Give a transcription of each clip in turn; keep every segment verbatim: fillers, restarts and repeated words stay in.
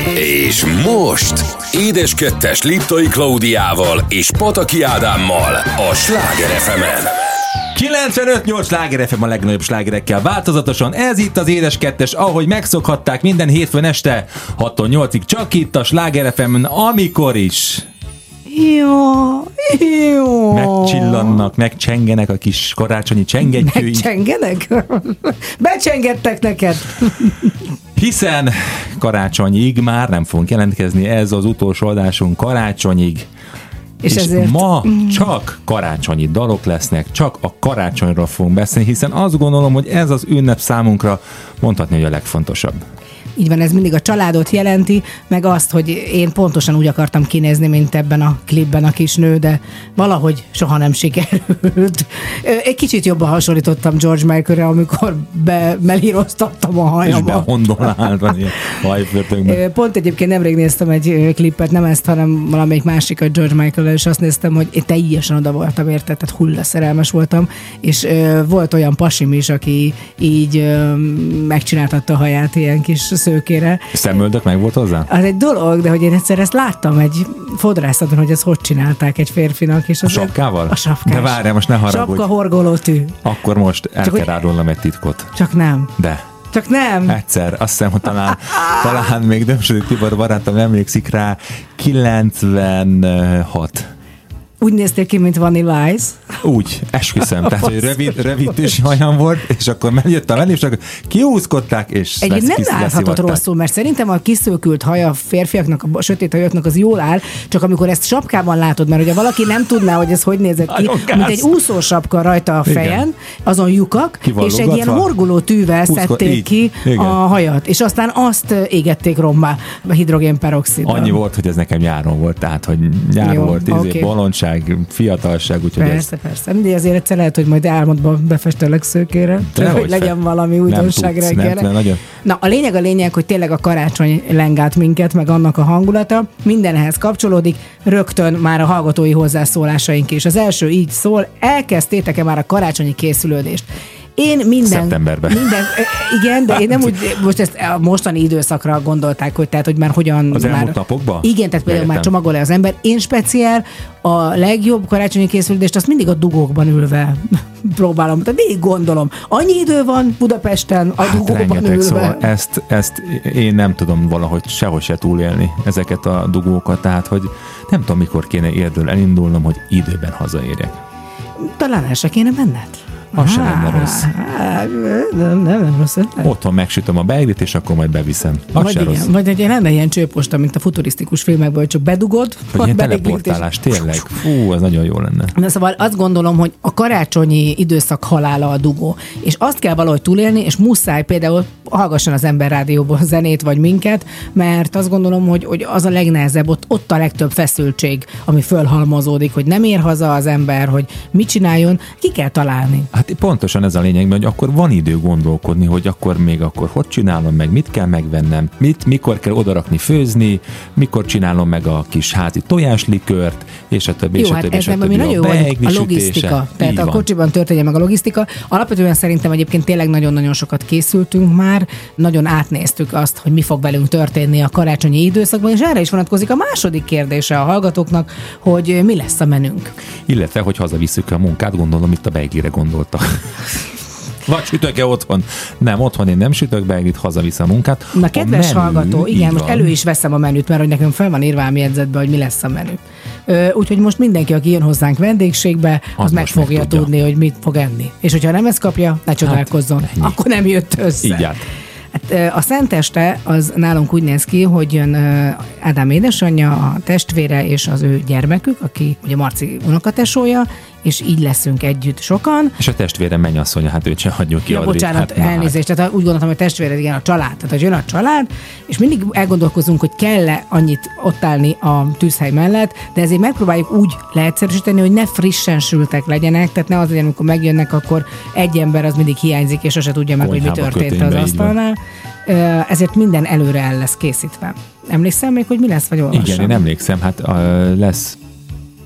És most Édes Kettes Liptai Klaudiával és Pataki Ádámmal a Sláger ef emen. kilencvenöt nyolc Sláger ef em a legnagyobb slágerekkel változatosan. Ez itt az Édes Kettes, ahogy megszokhatták minden hétfőn este hattól nyolcig, csak itt a Sláger ef emen, amikor is. Jó, jó. Megcsillannak, megcsengenek a kis karácsonyi csengettyűink. Megcsengenek? Becsengettek neked. Hiszen karácsonyig már nem fogunk jelentkezni, ez az utolsó adásunk karácsonyig. És, és ezért... ma csak karácsonyi dalok lesznek, csak a karácsonyról fogunk beszélni, hiszen azt gondolom, hogy ez az ünnep számunkra mondhatni, hogy a legfontosabb. Így van, ez mindig a családot jelenti, meg azt, hogy én pontosan úgy akartam kinézni, mint ebben a klipben a kis nő, de valahogy soha nem sikerült. Egy kicsit jobban hasonlítottam George Michaelre, amikor bemelíroztattam a hajamat. És behondoláltan ilyen hajförtökben. Pont egyébként nemrég néztem egy klipet, nem ezt, hanem valamelyik másikat George Michael-el, és azt néztem, hogy én teljesen oda voltam érte, tehát hullaszerelmes voltam, és volt olyan pasim is, aki így megcsináltatta a haját ilyen kis szőkére. Szemöldök meg volt hozzá? Az egy dolog, de hogy én egyszer ezt láttam egy fodrászaton, hogy ezt hogy csinálták egy férfinak. És a sapkával? A sapkás. De várjál, most ne haragudj. Sapka horgoló tű. Akkor most el csak kell rádolnom egy titkot. Csak nem. De. Csak nem. Egyszer, azt hiszem, hogy talán, talán még Dömsödi Tibor barátom emlékszik rá, kilencvenhat. Úgy néztél ki, mint Vanilla Ice. Úgy, esküszöm. Tehát, hogy rövid, rövid és hajam volt, és akkor megjöttem elé, és akkor kiúszkodták, és egyébként nem láthatod rosszul, mert szerintem a kiszőkült haja a férfiaknak, a sötét hajaknak az jól áll, csak amikor ezt sapkában látod, mert ugye valaki nem tudná, hogy ez hogy nézett ki, mint egy úszósapka rajta a fejen, igen. Azon lyukak, és egy ilyen horgoló tűvel szedték így ki igen. a hajat, és aztán azt égették rommá a hidrogénperoxiddal. Annyi volt, hogy ez nekem nyáron volt, tehát, hogy nyáron jó, volt, okay. bolondság, fiatalság, úgyhogy persze, ez... persze. De azért egyszer lehet, hogy majd álmodban befestelek szőkére, csak hogy legyen fe... valami újdonság reggelre. Na, a lényeg a lényeg, hogy tényleg a karácsony lengát minket, meg annak a hangulata, mindenhez kapcsolódik, rögtön már a hallgatói hozzászólásaink is. Az első így szól, elkezdtétek-e már a karácsonyi készülődést? Én minden... Szeptemberben. Minden, igen, de én nem úgy, most ezt a mostani időszakra gondolták, hogy tehát, hogy már hogyan... Az elmúlt már, napokban? Igen, tehát például már csomagol-e az ember. Én speciál a legjobb karácsonyi készülődést azt mindig a dugókban ülve próbálom. Tehát végig gondolom. Annyi idő van Budapesten a hát dugókban rengeteg, ülve. Szóval ezt, ezt én nem tudom valahogy sehogy se túlélni ezeket a dugókat, tehát hogy nem tudom, mikor kéne érdől elindulnom, hogy időben hazaérjek. Talán el se kéne menned. Az sem lenne rossz. Nem, nem, nem rossz. Nem. Otthon megsütöm a beiglit, és akkor majd beviszem. Az vagy sem igen, rossz. Vagy egy lenne ilyen csőposta, mint a futurisztikus filmekből, hogy csak bedugod. Vagy ilyen teleportálás, tényleg. Fú, az nagyon jó lenne. Na szóval azt gondolom, hogy a karácsonyi időszak halála a dugó. És azt kell valahogy túlélni, és muszáj például hallgasson az ember rádióból zenét, vagy minket, mert azt gondolom, hogy, hogy az a legnehezebb, ott, ott a legtöbb feszültség, ami fölhalmozódik, hogy nem ér haza az ember, hogy mit csináljon, ki kell találni. Hát pontosan ez a lényeg, hogy akkor van idő gondolkodni, hogy akkor még akkor hogy csinálom meg, mit kell megvennem, mit, mikor kell odarakni főzni, mikor csinálom meg a kis házi tojáslikört, és a többi, jó, és a hát többi, ez és a nem, többi. Ami nagyon jó, a, a logisztika. Tehát a kocsiban történjen meg a logisztika. Alapvetően szerintem egyébként tényleg nagyon-nagyon sokat készültünk már, nagyon átnéztük azt, hogy mi fog velünk történni a karácsonyi időszakban, és erre is vonatkozik a második kérdése a hallgatóknak, hogy mi lesz a menünk. Illetve, hogy hazavisszük a munkát, gondolom itt a beiglire gondoltak. Vagy sütök-e otthon? Nem, otthon én nem sütök be, itt hazaviszem a munkát. Na, kedves menü, hallgató, igen, most van. Elő is veszem a menüt, mert hogy nekem fel van írva a jegyzetbe, hogy mi lesz a menü. Úgyhogy most mindenki, aki jön hozzánk vendégségbe, az, az meg fogja meg tudni, hogy mit fog enni. És hogyha nem ezt kapja, ne csodálkozzon. Hát, akkor nem jött össze. Így át. Hát, a szenteste az nálunk úgy néz ki, hogy jön Ádám édesanyja, a testvére és az ő gyermekük, aki ugye Marci unokatesója, és így leszünk együtt sokan. És a testvére mennyasszonya, hát őt se hagyjuk ki. Ja, Adrit, bocsánat, hát, elnézést, tehát úgy gondoltam, hogy testvére, igen, a család. Tehát, hogy jön a család, és mindig elgondolkozunk, hogy kell-e annyit ott állni a tűzhely mellett, de ezért megpróbáljuk úgy leegyszerűsíteni, hogy ne frissen sültek legyenek, tehát ne az legyen, amikor megjönnek, akkor egy ember az mindig hiányzik, és sose tudja meg, hogy mi történt az asztalnál. Ezért minden előre el lesz készítve. Emlékszem még, hogy mi lesz, vagy olvassam? Igen, én emlékszem, hát uh, lesz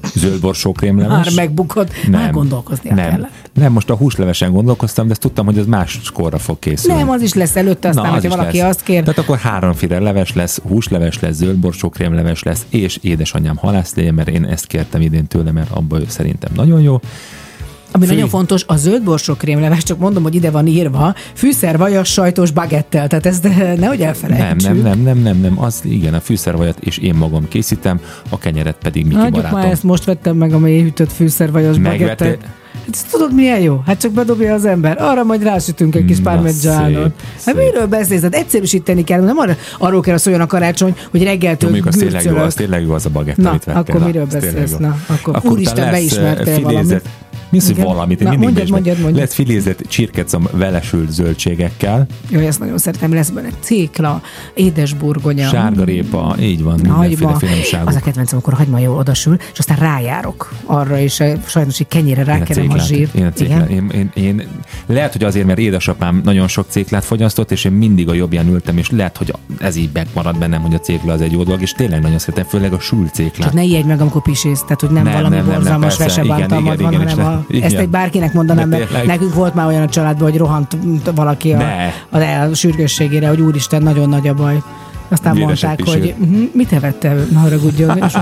Zöldborsókrémleves. Már megbukott, nem, már gondolkozni nem, kell. Nem, most a húslevesen gondolkoztam, de ezt tudtam, hogy az máskorra fog készülni. Nem, az is lesz előtte, aztán, hogyha valaki lesz. Azt kér. Tehát akkor háromféle leves lesz, húsleves lesz, zöldborsókrémleves lesz, és édesanyám halászléje, mert én ezt kértem idén tőle, mert abban ő szerintem nagyon jó. Ami Fű. nagyon fontos, a zöldborsókrémleves, csak mondom, hogy ide van írva, fűszervajas sajtos bagettel, tehát ezt nehogy elfelejtsük. Nem, nem, nem, nem, nem, nem, az igen, a fűszervajat és én magam készítem, a kenyeret pedig Miki Hagyjuk barátom. Már ezt most vettem meg a mélyhűtött fűszervajas bagettet. Hát ezt tudod, milyen jó? Hát csak bedobja az ember. Arra majd rásütünk egy kis parmigianot. Hát miről beszélsz? Hát egyszerűsíteni kell. Nem arra, arról kell szóljon a karácsony, hogy reggeltől gürcölök. Az tényleg jó, az tényleg jó az a bagett, na, amit vettél. akkor miről beszélsz? Na, akkor, akkor úristen, beismertél valamit. Mi az, hogy valamit? Én Na, mindig mondjad, mondjad, mondjad. Lesz filézett csirkecom velesült zöldségekkel. Jó, ezt nagyon szeretem. Lesz benne cékla, édesburgonya. Sárgarépa, így van, mindenféle finomságok. Az a kedvencem, amikor a hagyma jól odasül, és aztán rájárok arra, és sajnos egy kenyére rákerem a zsírt. Én, a én, én, én, lehet, hogy azért, mert édesapám nagyon sok céklát fogyasztott, és én mindig a jobbján ültem, és lehet, hogy ez így megmarad bennem, hogy a cékla az egy jó dolog, és tényleg nagyon szeretem, főleg a sült céklát. Csak ne ijedj meg, amikor pisész, tehát hogy nem, nem valami nem, borzalmas vesebántalmad van, hanem a, ezt egy bárkinek mondanám, mert nekünk volt már olyan a családban, hogy rohant valaki a, a, a sürgősségére, hogy úristen, nagyon nagy a baj. Aztán Véresek mondták, hogy uh-huh, mit evettel, ne haragudjon, és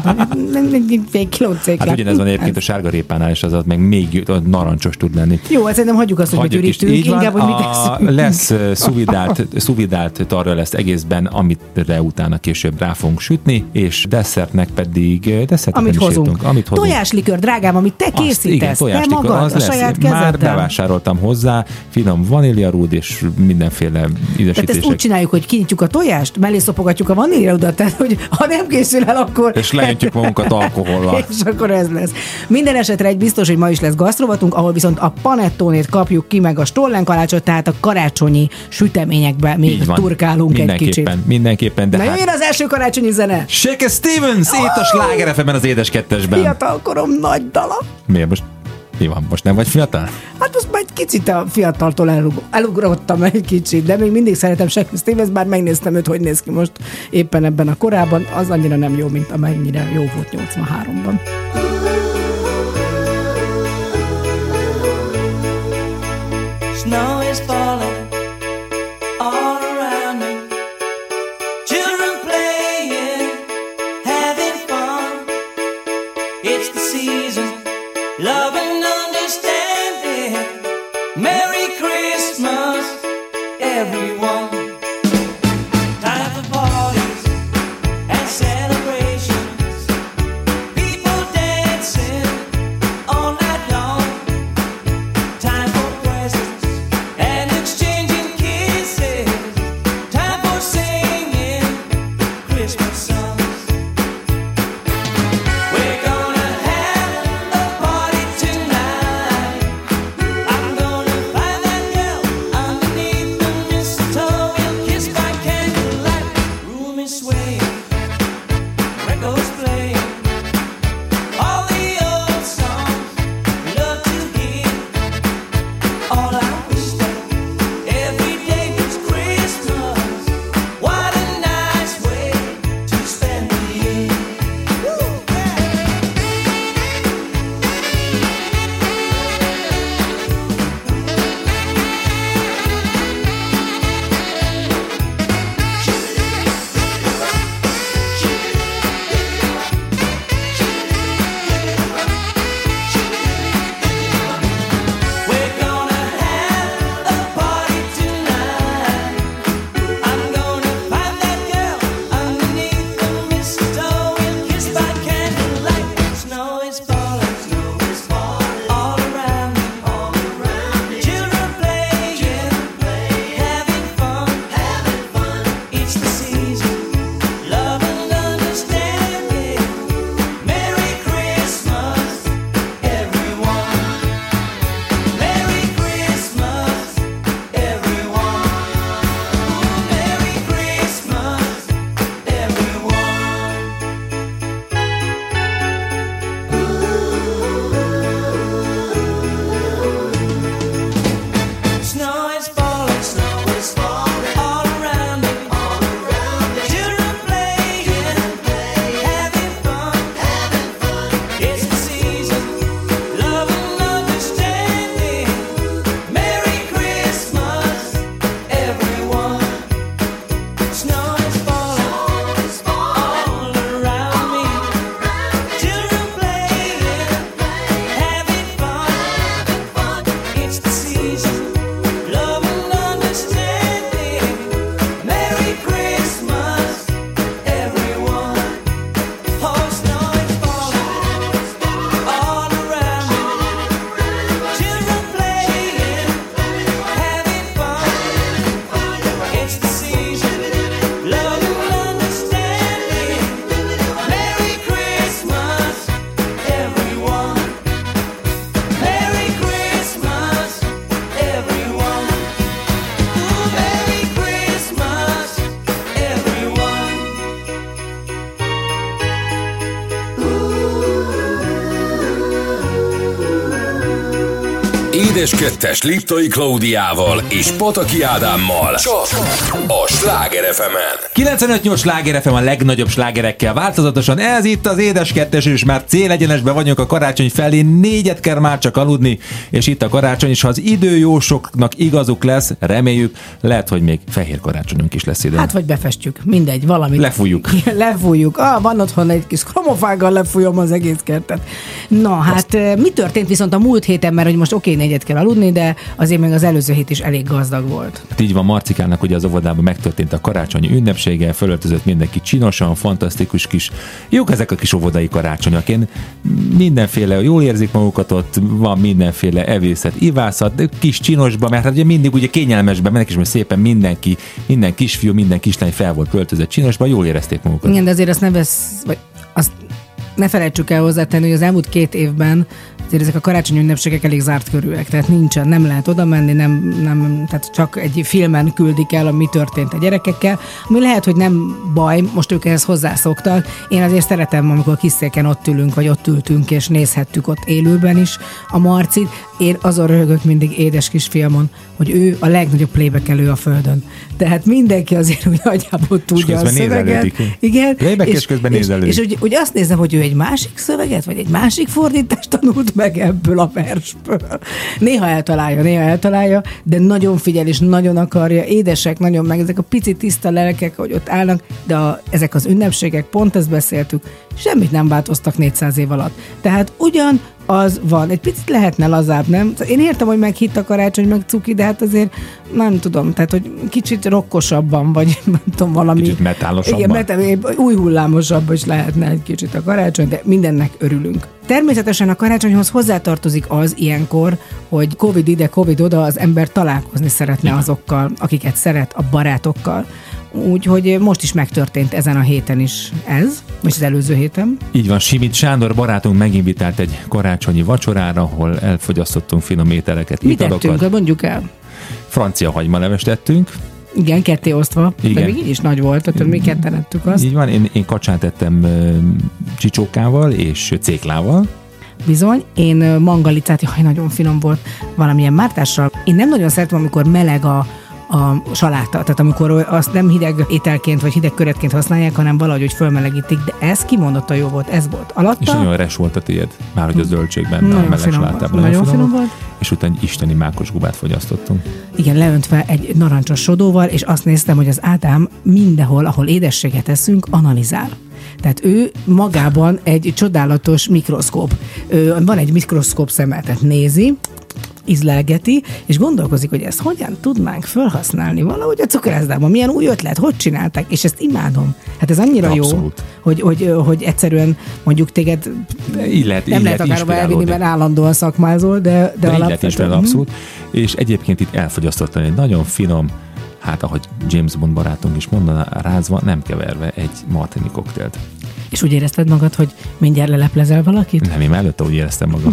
egy kiló céklát. Hát ugyanez van egyébként a sárgarépánál, és az ott meg még narancsos tud lenni. Jó, hát szerintem hagyjuk azt, hogy mit ürítünk, inkább, hogy mit teszünk. Lesz szuvidált, szuvidált tarja lesz egészben, amire utána később rá fogunk sütni, és desszertnek pedig desszertnek amit hozunk. Írtunk, amit hozunk. Tojáslikör, drágám, amit te készítesz, te magad, a saját kezeddel. Már bevásároltam hozzá, finom vaníliarúd és mindenféle ízesítések. Tehát ezt úgy csináljuk, hogy kinyitjuk a tojást, mellé szopogatjuk a vaníliaudat, tehát hogy ha nem készül el, akkor... És lejöntjük magunkat alkohollal. És akkor ez lesz. Minden esetre egy biztos, hogy ma is lesz gasztrovatunk, ahol viszont a panettónét kapjuk ki, meg a stollenkalácsot, tehát a karácsonyi süteményekbe még turkálunk egy kicsit. Mindenképpen, de na hát... jöjjön az első karácsonyi zene! Shaker Stevens, oh! Itt a Sláger ef em-ben az édes kettesben. Fiatalkorom nagy dala. Miért most? Mi van? Most nem vagy fiatal? Hát most már egy kicsit a fiataltól elug- elugrottam egy kicsit, de még mindig szeretem Shaker Stevens, bár megnéztem őt, hogy néz ki most éppen ebben a korában, az annyira nem jó, mint amennyire jó volt nyolcvanháromban. Snow is falling all around me. Children playing, having fun. It's the season, love and understanding. Merry Christmas, everyone. Time for parties and celebrations. People dancing all night long. Time for presents and exchanging kisses. Time for singing Christmas songs. We're gonna have a party tonight. I'm gonna find that girl underneath the mistletoe. We'll kiss by candlelight. Room is swaying, records playing. All the old songs we love to hear. All I wish that every day was Christmas. What a nice way to Édes Kettes Liptai Klaudiával és Pataki Ádámmal csak a Sláger ef emen. kilencvenöt nyolc Sláger ef em a legnagyobb slágerekkel változatosan. Ez itt az Édes Kettes, és már célegyenesben vagyunk a karácsony felé. Négyet kell már csak aludni, és itt a karácsony, és ha az időjósoknak igazuk lesz, reméljük, lehet, hogy még fehér karácsonyunk is lesz ide. Hát vagy befestjük, mindegy, valamit. Lefújjuk. Lefújjuk. Ah, van otthon egy kis kromofággal, lefújom az egész kertet. Na, hát Azt... mi történt viszont a múlt héten, mert hogy most oké, négyet kell aludni, de azért még az előző hét is elég gazdag volt. Hát így van, Marcikának ugye az óvodában megtörtént a karácsonyi ünnepsége, fölöltözött mindenki csinosan, fantasztikus kis, jók ezek a kis óvodai karácsonyak. Én mindenféle, jól érzik magukat ott, van mindenféle evészet, ivászat, de kis csinosba, mert hát ugye mindig ugye kényelmesben mennek, és most szépen mindenki, minden kisfiú, minden kislány fel volt költözött csinosba, jól érezték magukat. Igen, de azért azt ne vesz, vagy azt ne felejtsük el hozzátenni, hogy az elmúlt két évben azért ezek a karácsonyi ünnepségek elég zárt körűek, tehát nincsen, nem lehet oda menni, nem, nem, tehát csak egy filmen küldik el, ami történt a gyerekekkel, ami lehet, hogy nem baj, most ők ehhez hozzászoktak. Én azért szeretem, amikor kiszéken ott ülünk, vagy ott ültünk, és nézhettük ott élőben is a Marcit. Én azon röhögök mindig édes kisfiamon, hogy ő a legnagyobb playback-elő a földön. Tehát mindenki azért úgy nagyjából tudja a szöveget. Igen. Playback és, és közben nézelődik. És, és úgy, úgy azt nézem, hogy ő egy másik szöveget, vagy egy másik fordítást tanult meg ebből a versből. Néha eltalálja, néha eltalálja, de nagyon figyel és nagyon akarja. Édesek, nagyon meg ezek a pici tiszta lelkek, hogy ott állnak, de a, ezek az ünnepségek, pont ezt beszéltük, semmit nem változtak négyszáz év alatt. Tehát ugyan az van. Egy picit lehetne lazább, nem? Én értem, hogy meghitt a karácsony, meg cuki, de hát azért nem tudom, tehát, hogy kicsit rokkosabban, vagy nem tudom, valami... Kicsit metálosabban. Igen, metál, új hullámosabban is lehetne egy kicsit a karácsony, de mindennek örülünk. Természetesen a karácsonyhoz hozzátartozik az ilyenkor, hogy Covid ide, Covid oda, az ember találkozni szeretne Igen. azokkal, akiket szeret, a barátokkal. Úgyhogy most is megtörtént ezen a héten is ez, most az előző héten. Így van, Simit Sándor barátunk meginvitált egy karácsonyi vacsorára, ahol elfogyasztottunk finom ételeket, Mit italokat. tettünk, mondjuk el? Francia hagymalevest tettünk. Igen, ketté osztva, Igen. de még így is nagy volt, tehát mi ketten ettük azt. Így van, én, én kacsát ettem uh, csicsókával és céklával. Bizony, én mangalicát, jaj, nagyon finom volt, valamilyen mártással. Én nem nagyon szeretem, amikor meleg a a saláta, tehát amikor azt nem hideg ételként vagy hideg köretként használják, hanem valahogy hogy fölmelegítik, de ez kimondottan jó volt, ez volt alatta. És nagyon res volt a tiéd, már hogy a zöldségben, nagyon a meleg salátában. Nagyon finom volt. És utána egy isteni mákos gubát fogyasztottunk. Igen, leöntve egy narancsos sodóval, és azt néztem, hogy az Ádám mindenhol, ahol édességet eszünk, analizál. Tehát ő magában egy csodálatos mikroszkóp. Ő, van egy mikroszkóp szeme, tehát nézi, ízlelgeti, és gondolkozik, hogy ezt hogyan tudnánk felhasználni valahogy a cukorászdában. Milyen új ötlet, hogy csinálták, és ezt imádom. Hát ez annyira Abszolút. jó, hogy, hogy, hogy egyszerűen mondjuk téged illet, nem lehet akár elvinni, mert állandóan szakmázol, de, de, de alapvetően... abszolút. És egyébként itt elfogyasztottam egy nagyon finom, hát ahogy James Bond barátunk is mondaná, rázva, nem keverve egy martini koktélt. És úgy érezted magad, hogy mindjárt leleplezel valakit? Nem, én már előtte úgy éreztem magam.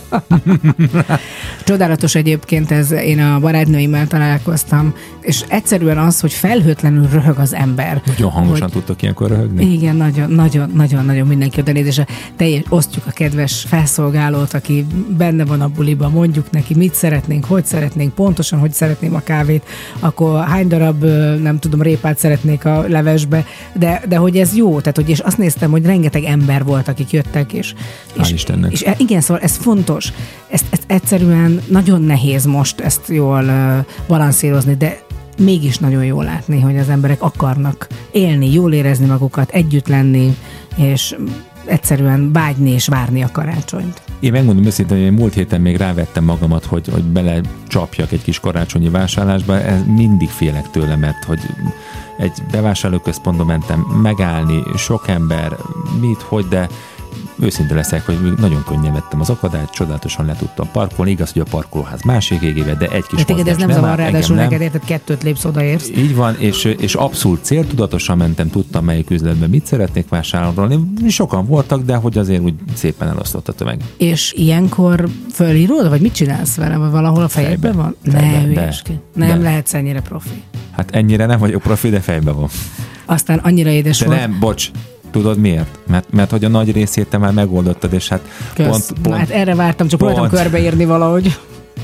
Csodálatos egyébként ez, én a barátnőimmel találkoztam, és egyszerűen az, hogy felhőtlenül röhög az ember. Nagyon hangosan hogy... tudtok ilyenkor röhögni? Igen, nagyon, nagyon, nagyon, nagyon mindenki oda néz, és a teljes, osztjuk a kedves felszolgálót, aki benne van a buliban, mondjuk neki, mit szeretnénk, hogy szeretnénk, pontosan, hogy szeretném a kávét, akkor hány darab, nem tudom, répát szeretnék a levesbe, de, de hogy ez jó, tehát hogy és azt néztem, hogy rengeteg ember volt, akik jöttek, és, és, és igen, szóval ez fontos. Ezt, ezt egyszerűen nagyon nehéz most ezt jól uh, balanszírozni, de mégis nagyon jól látni, hogy az emberek akarnak élni, jól érezni magukat, együtt lenni, és egyszerűen vágyni és várni a karácsonyt. Én megmondom őszintén, hogy én múlt héten még rávettem magamat, hogy, hogy belecsapjak egy kis karácsonyi vásárlásba, ez mindig félek tőle, mert hogy egy bevásárlóközpontba mentem megállni, sok ember, mit, hogy, de őszinte leszek, hogy nagyon könnyen vettem az akadályt, csodálatosan le tudtam parkolni, igaz, hogy a parkolóház másik égébe, de egy kis de téged ez nem, nem zavar, ráadásul neked érted, kettőt lépsz, odaérsz. Így van, és, és abszolút céltudatosan mentem, tudtam, melyik üzletben mit szeretnék vásárolni. Sokan voltak, de hogy azért úgy szépen elosztott a tömeg. És ilyenkor fölírod, vagy mit csinálsz vele, vagy valahol a fejedben van? Fejben, ne, de, nem de. lehetsz ennyire profi. Hát ennyire nem vagyok profi, de fejben van. Aztán annyira édes de volt. nem, bocs. Tudod miért? Mert, mert hogy a nagy részét te már megoldottad, és hát Kösz. pont, pont... Na, hát erre vártam, csak pont, próbáltam körbeírni valahogy.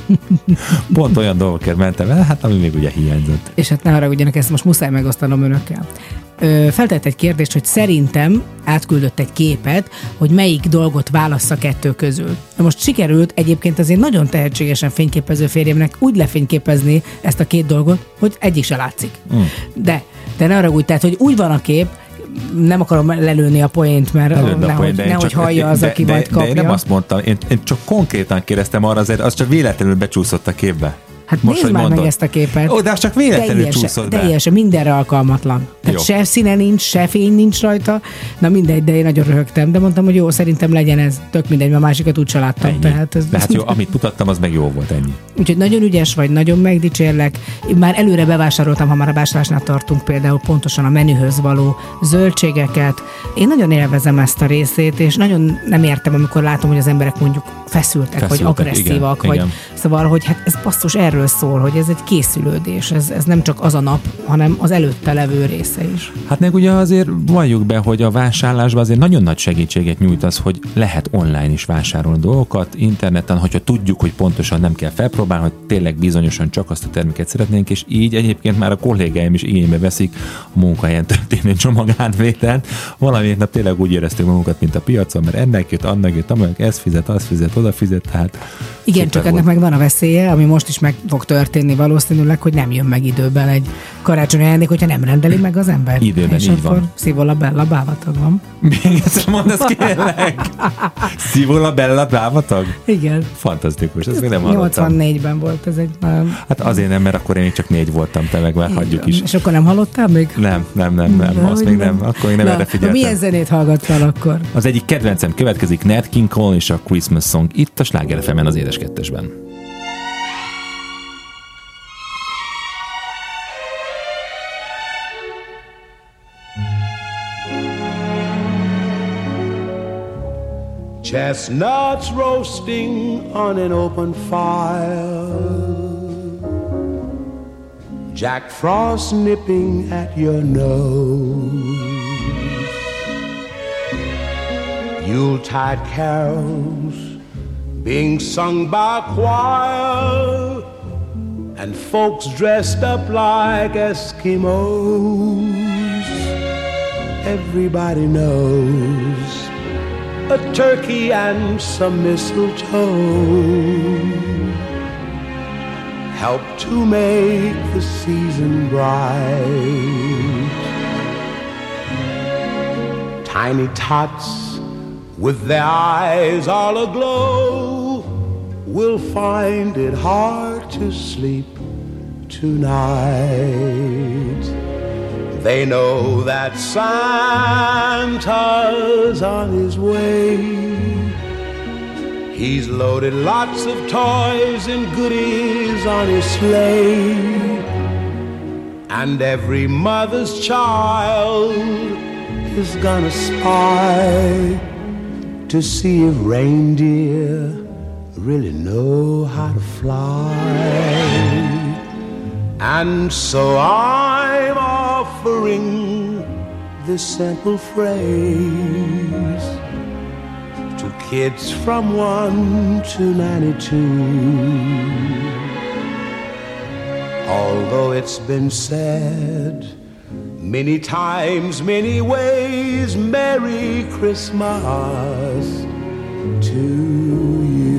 Pont olyan dolgokért mentem el, hát ami még ugye hiányzott. És hát ne haragudjanak, ezt most muszáj megosztanom önökkel. Ö, feltett egy kérdést, hogy szerintem átküldött egy képet, hogy melyik dolgot válassza kettő közül. Na most sikerült egyébként azért nagyon tehetségesen fényképező férjemnek úgy lefényképezni ezt a két dolgot, hogy egyik se látszik. Mm. De, de ne haragudj, tehát, hogy úgy van a kép, nem akarom lelőni a poént, mert Lelőd nehogy, poént, nehogy hallja az, de, aki de, majd kapja. De én nem azt mondtam, én, én csak konkrétan kérdeztem arra, azért az csak véletlenül becsúszott a képbe. Hát most, nézd már mondod. meg ezt a képet. Ó, de az csak véletlenül teljesen, csúszott be. Teljesen, mindenre alkalmatlan. Tehát Jó. se színe nincs, se fény nincs rajta. Na mindegy, de én nagyon röhögtem. De mondtam, hogy jó, szerintem legyen ez. Tök mindegy, mert a másikat úgyse láttam. Tehát ez... De hát jó, amit mutattam, az meg jó volt, ennyi. Úgyhogy nagyon ügyes vagy, nagyon megdicsérlek. Én már előre bevásároltam, ha már a vásárlásnál tartunk, például pontosan a menühöz való zöldségeket. Én nagyon élvezem ezt a részét, és nagyon nem értem, amikor látom, hogy az emberek mondjuk feszültek, Feszültek, vagy agresszívak, igen, vagy igen. Szóval, hogy hát ez basszus erről szól, hogy ez egy készülődés, ez, ez nem csak az a nap, hanem az előtte levő része is. Hát meg ugye azért valljuk be, hogy a vásárlásban azért nagyon nagy segítséget nyújt az, hogy lehet online is vásárolni dolgokat, interneten, hogyha tudjuk, hogy pontosan nem kell felpróbálni, hogy tényleg bizonyosan csak azt a terméket szeretnénk, és így egyébként már a kollégáim is igénybe veszik a munkahelyen történő csomagátvételt. Valamint nap tényleg úgy éreztük magunkat, mint a piacon, mert ennek jött, annak jött, amelyek ez fizet, az fizet, oda fizet, tehát igen, csak ennek meg van a veszélye, ami most is meg fog történni valószínűleg, hogy nem jön meg időben egy karácsonyi ajándék, hogyha nem rendeli meg az ember. Időben, és így akkor van. Szivola Bella bávatag van. még egyszer mondasz, kérlek. Szivola Bella bávatag? Igen. Fantasztikus, ezt még nem hallottam. nyolcvannégyben volt ez egy nagyon... Hát azért nem, mert akkor én még csak négy voltam, te meg már hagyjuk is. És akkor nem hallottál még? Nem, nem, nem, nem, De azt hogy még nem. nem, akkor én nem Na, erre figyeltem. Milyen zenét hallgattál akkor? Az egyik kedvencem következik, Nat King Cole és a Christmas Song, itt a Sláger ef emen az Édes Kettesben. Chestnuts roasting on an open fire, Jack Frost nipping at your nose, Yuletide carols being sung by choir, and folks dressed up like Eskimos. Everybody knows a turkey and some mistletoe help to make the season bright. Tiny tots with their eyes all aglow will find it hard to sleep tonight. They know that Santa's on his way. He's loaded lots of toys and goodies on his sleigh, and every mother's child is gonna spy to see if reindeer really know how to fly. And so I'm offering this simple phrase to kids from one to ninety-two. Although it's been said many times, many ways, Merry Christmas to you.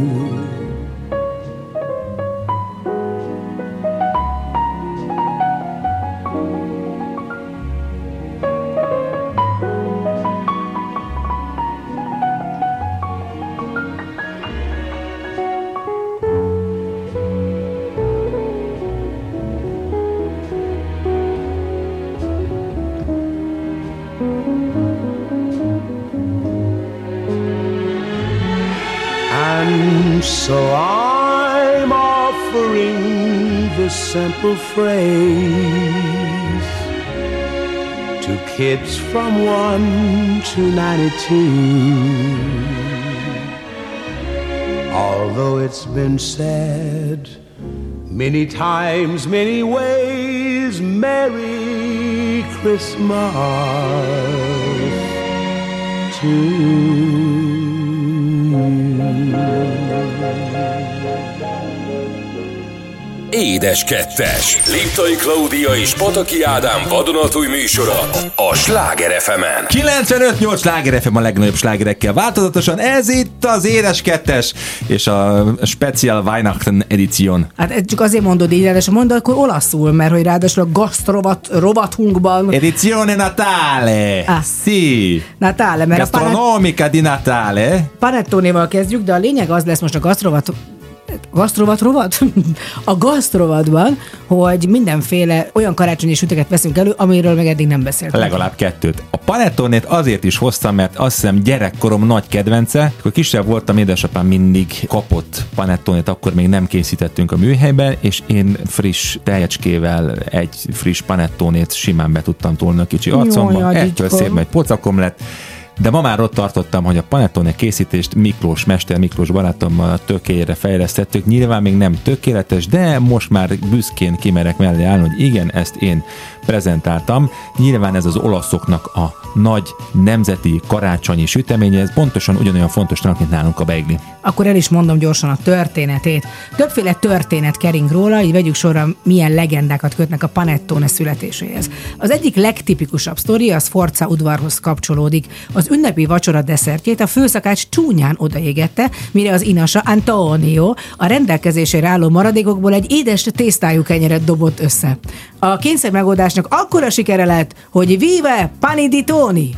So I'm offering this simple phrase to kids from one to ninety-two. Although it's been said many times, many ways, Merry Christmas to you. Édes Kettes. Liptai Klaudia és Pataki Ádám vadonatúj műsora a Sláger ef emen. kilencvenöt nyolc Sláger ef em a legnagyobb slágerekkel változatosan. Ez itt az Édes Kettes és a Special Weihnachten Edition. Hát ez csak azért mondod így, ráadásul mondod, akkor olaszul, mert hogy ráadásul a gastrovat rovatunkban... Edizione Natale. Ah. Sì. Natale, mert Gastronomica a di Natale. Panettónéval kezdjük, de a lényeg az lesz most a gastrovat... Gasztrovat rovat? A gasztrovatban, hogy mindenféle olyan karácsonyi süteket veszünk elő, amiről meg eddig nem beszéltünk. Legalább kettőt. A panettónét azért is hoztam, mert azt hiszem gyerekkorom nagy kedvence. Akkor kisebb voltam, édesapám mindig kapott panettónét, akkor még nem készítettünk a műhelyben, és én friss teljecskével egy friss panettónét simán be tudtam tolni a kicsi arcomba. Ettől szép egy pocakom lett. De ma már ott tartottam, hogy a panettone készítést Miklós, Mester Miklós barátommal a tökélyére fejlesztettük. Nyilván még nem tökéletes, de most már büszkén kimerek mellé állni, hogy igen, ezt én prezentáltam. Nyilván ez az olaszoknak a nagy nemzeti karácsonyi süteménye, ez pontosan ugyanolyan fontos, mint nálunk a beigli. Akkor el is mondom gyorsan a történetét. Többféle történet kering róla, így vegyük sorra, milyen legendákat kötnek a panettone születéséhez. Az egyik legtipikusabb sztori az Sforza udvarhoz kapcsolódik. Az ünnepi vacsora desszertjét a főszakács csúnyán odaégette, mire az inasa Antonio a rendelkezésére álló maradékokból egy édes tésztájú kenyeret dobott össze. A kényszer megoldásnak akkora sikere lett, hogy vive pani di toni!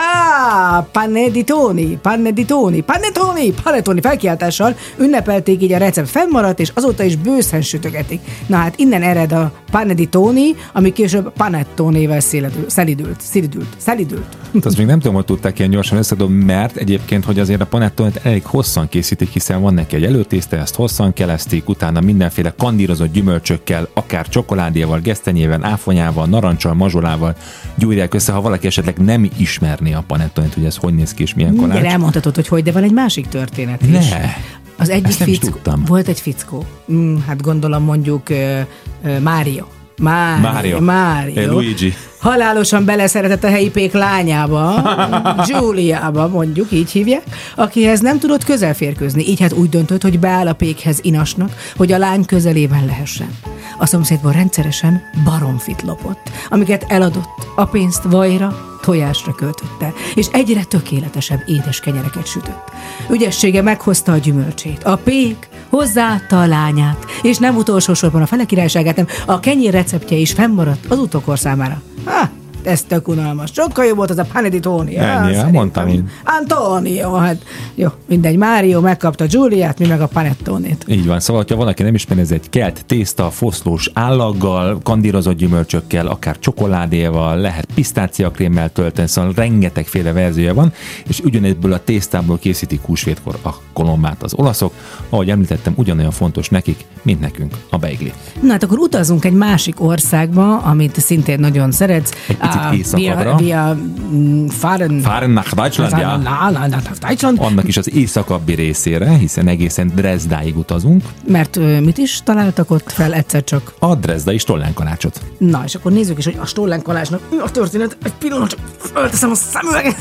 Ah, panne di toni, panne di toni, panettoni, panettoni felkiáltással ünnepelték, így a recept fennmaradt, és azóta is bőszen sütögetik. Na hát innen ered a panne di toni, ami később panettonével szelidült, szelidült, szelidült, szelidült. Azt még nem tudom, hogy tudták ilyen gyorsan összedobni, mert egyébként, hogy azért a panettonét elég hosszan készítik, hiszen van neki egy előtészte, ezt hosszan kelesztik, utána mindenféle kandírozott gyümölcsökkel, akár csokoládéval, gesztenyével, áfonyával, narancsal, mazsolával gyújják össze, ha valaki esetleg nem ismerné a panettonét, hogy ez hogy néz ki és milyen kalács. Igen, elmondhatod, hogy hogy, de van egy másik történet is. Ne, az egyik fickó, volt egy fickó, mm, hát gondolom mondjuk uh, uh, Mário. Mário. Mário. Mário. Luigi. Halálosan beleszeretett a helyi pék lányába, Giuliába, mondjuk, így hívják, akihez nem tudott közelférkőzni. Így hát úgy döntött, hogy beáll a pékhez inasnak, hogy a lány közelében lehessen. A szomszédból rendszeresen baromfit lopott, amiket eladott, a pénzt vajra, tojásra költötte, és egyre tökéletesebb édes kenyereket sütött. Ügyessége meghozta a gyümölcsét, a pék hozzáadta a lányát, és nem utolsó sorban a Fele Királyságát, nem, a kenyér receptje is fennmaradt az utókor számára. Ha, ez tök unalmas. Sokkal jobb volt az a pane di toni. Ennyi, Ah, mondtam én. Antonio, hát jó, mindegy, Mário megkapta Giuliát, mi meg a panettonét. Így van, szóval, ha valaki nem ismeri, ez egy kelt tészta, foszlós állaggal, kandírozott gyümölcsökkel, akár csokoládéval, lehet pisztáciakrémmel tölteni, szóval rengetegféle verziója van, és ugyanebből a tésztából készítik húsvétkor a kolombát az olaszok, ahogy említettem, ugyanolyan fontos nekik, mint nekünk a beigli. Na hát akkor utazunk egy másik országba, amit szintén nagyon szeretsz. Egy picit északabbra. Via Fahren... Fahren nach Deutschland, ja. Na, na, na, Deutschland. Annak is az északabbi részére, hiszen egészen Dresdáig utazunk. Mert ö, mit is találtak ott fel egyszer csak? A drezdai stollenkalácsot. Na, és akkor nézzük is, hogy a stollenkalásnak mi a történet. Egy pillanat, csak fölteszem a szemüveget.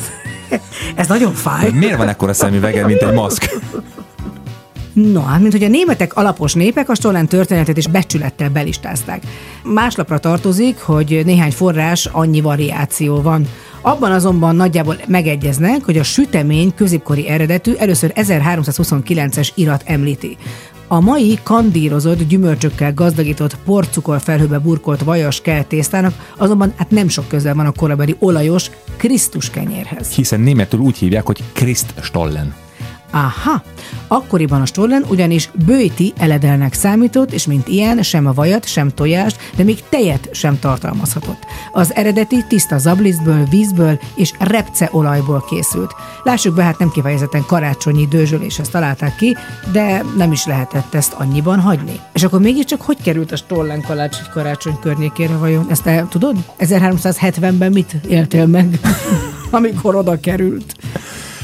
Ez nagyon fáj. Miért van ekkora szemüveged, mint egy maszk? No, hát mint hogy a németek alapos népek a stollen történetet is becsülettel belistázták. Más lapra tartozik, hogy néhány forrás annyi variáció van. Abban azonban nagyjából megegyeznek, hogy a sütemény középkori eredetű, először ezerháromszázhuszonkilences irat említi. A mai kandírozott, gyümölcsökkel gazdagított, porcukorfelhőbe burkolt vajas kelt tésztának azonban hát nem sok közel van a korabeli olajos Krisztus kenyérhez. Hiszen németül úgy hívják, hogy Christstollen. Aha, akkoriban a stollen ugyanis bőti eledelnek számított, és mint ilyen sem a vajat, sem tojást, de még tejet sem tartalmazhatott. Az eredeti tiszta zablisztből, vízből és repceolajból készült. Lássuk be, hát nem kifejezetten karácsonyi dőzsöléshez találták ki, de nem is lehetett ezt annyiban hagyni. És akkor mégiscsak hogy került a stollen kalács egy karácsony környékére vajon? Ezt te tudod? ezerháromszázhetvenben mit éltél meg, amikor oda került?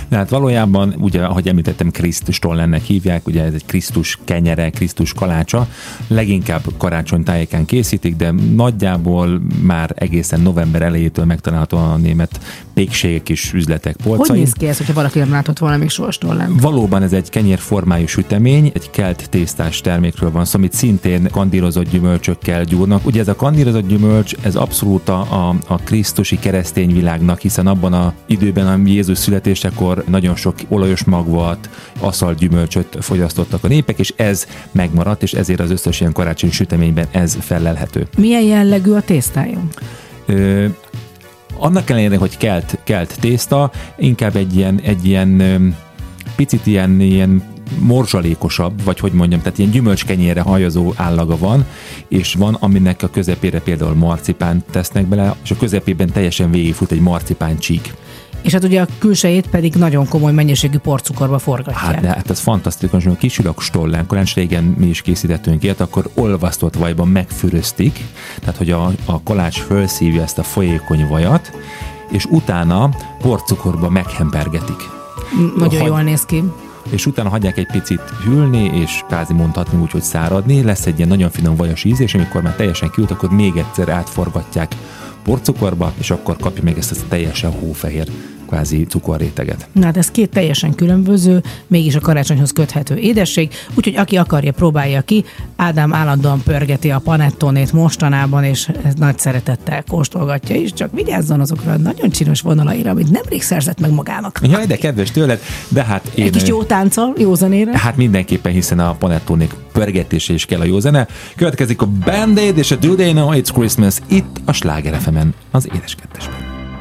De hát valójában, ugye, ahogy említettem, Krisztustollennek hívják, ugye ez egy Krisztus kenyere, Krisztus kalácsa, leginkább karácsonytájéken készítik, de nagyjából már egészen november elejétől megtalálható a német pékségek és üzletek polcain. Hogy néz ki ez, hogyha valaki nem látott volna még soha stollent? Valóban ez egy kenyérformájú sütemény, egy kelt tésztás termékről van szó, amit szintén kandírozott gyümölcsökkel gyúrnak. Ugye ez a kandírozott gyümölcs, ez abszolút a, a, a krisztusi keresztény világnak, hiszen abban az időben, ami Jézus születésekor nagyon sok olajos magvat, aszalt gyümölcsöt fogyasztottak a népek, és ez megmaradt, és ezért az összes ilyen karácsonyi süteményben ez fellelhető. Milyen jellegű a tésztája? Ö, annak ellenére, hogy kelt, kelt tészta, inkább egy ilyen, egy ilyen picit ilyen, ilyen morzsalékosabb, vagy hogy mondjam, tehát ilyen gyümölcskenyérre hajazó állaga van, és van, aminek a közepére például marcipánt tesznek bele, és a közepében teljesen végigfut egy marcipán csík. És hát ugye a külsejét pedig nagyon komoly mennyiségű porcukorba forgatják. Hát, de hát ez fantasztikus, hogy kisül a stollen, korán régen mi is készítettünk ilyet, akkor olvasztott vajban megfüröztik, tehát hogy a, a kalács felszívja ezt a folyékony vajat, és utána porcukorba meghempergetik. Nagyon Hagy... jól néz ki. És utána hagyják egy picit hűlni, és kázi mondhatni úgy, hogy száradni, lesz egy ilyen nagyon finom vajas íz, és amikor már teljesen kiült, akkor még egyszer átforgatják porcukorba, és akkor kapja meg ezt a teljesen hófehér kvázi cukorréteget. Na, hát ez két teljesen különböző, mégis a karácsonyhoz köthető édesség, úgyhogy aki akarja, próbálja ki. Ádám állandóan pörgeti a panettonét mostanában, és ez nagy szeretettel kóstolgatja is, csak vigyázzon azokra a nagyon csinos vonalaira, amit nemrég szerzett meg magának. Jaj, de kedves tőled, de hát én... Egy kis jó tánccal, jó zenére? Hát mindenképpen, hiszen a panettonék pörgetése is kell a jó zene. Következik a Band-Aid és a Do They Know It's Christmas itt a Sláger ef emen, az Édes Kettesben.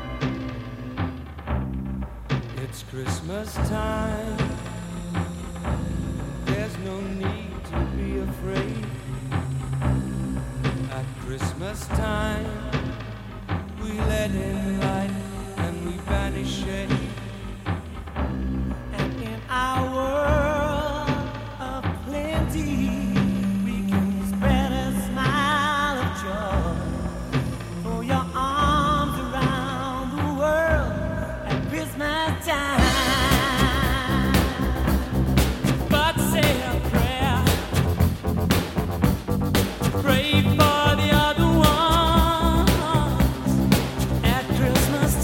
Christmas time, there's no need to be afraid. At Christmas time, we let in light and we banish shade. And in our world of plenty, we can spread a smile of joy. Throw your arms around the world at Christmas time. Pray for the other ones at Christmas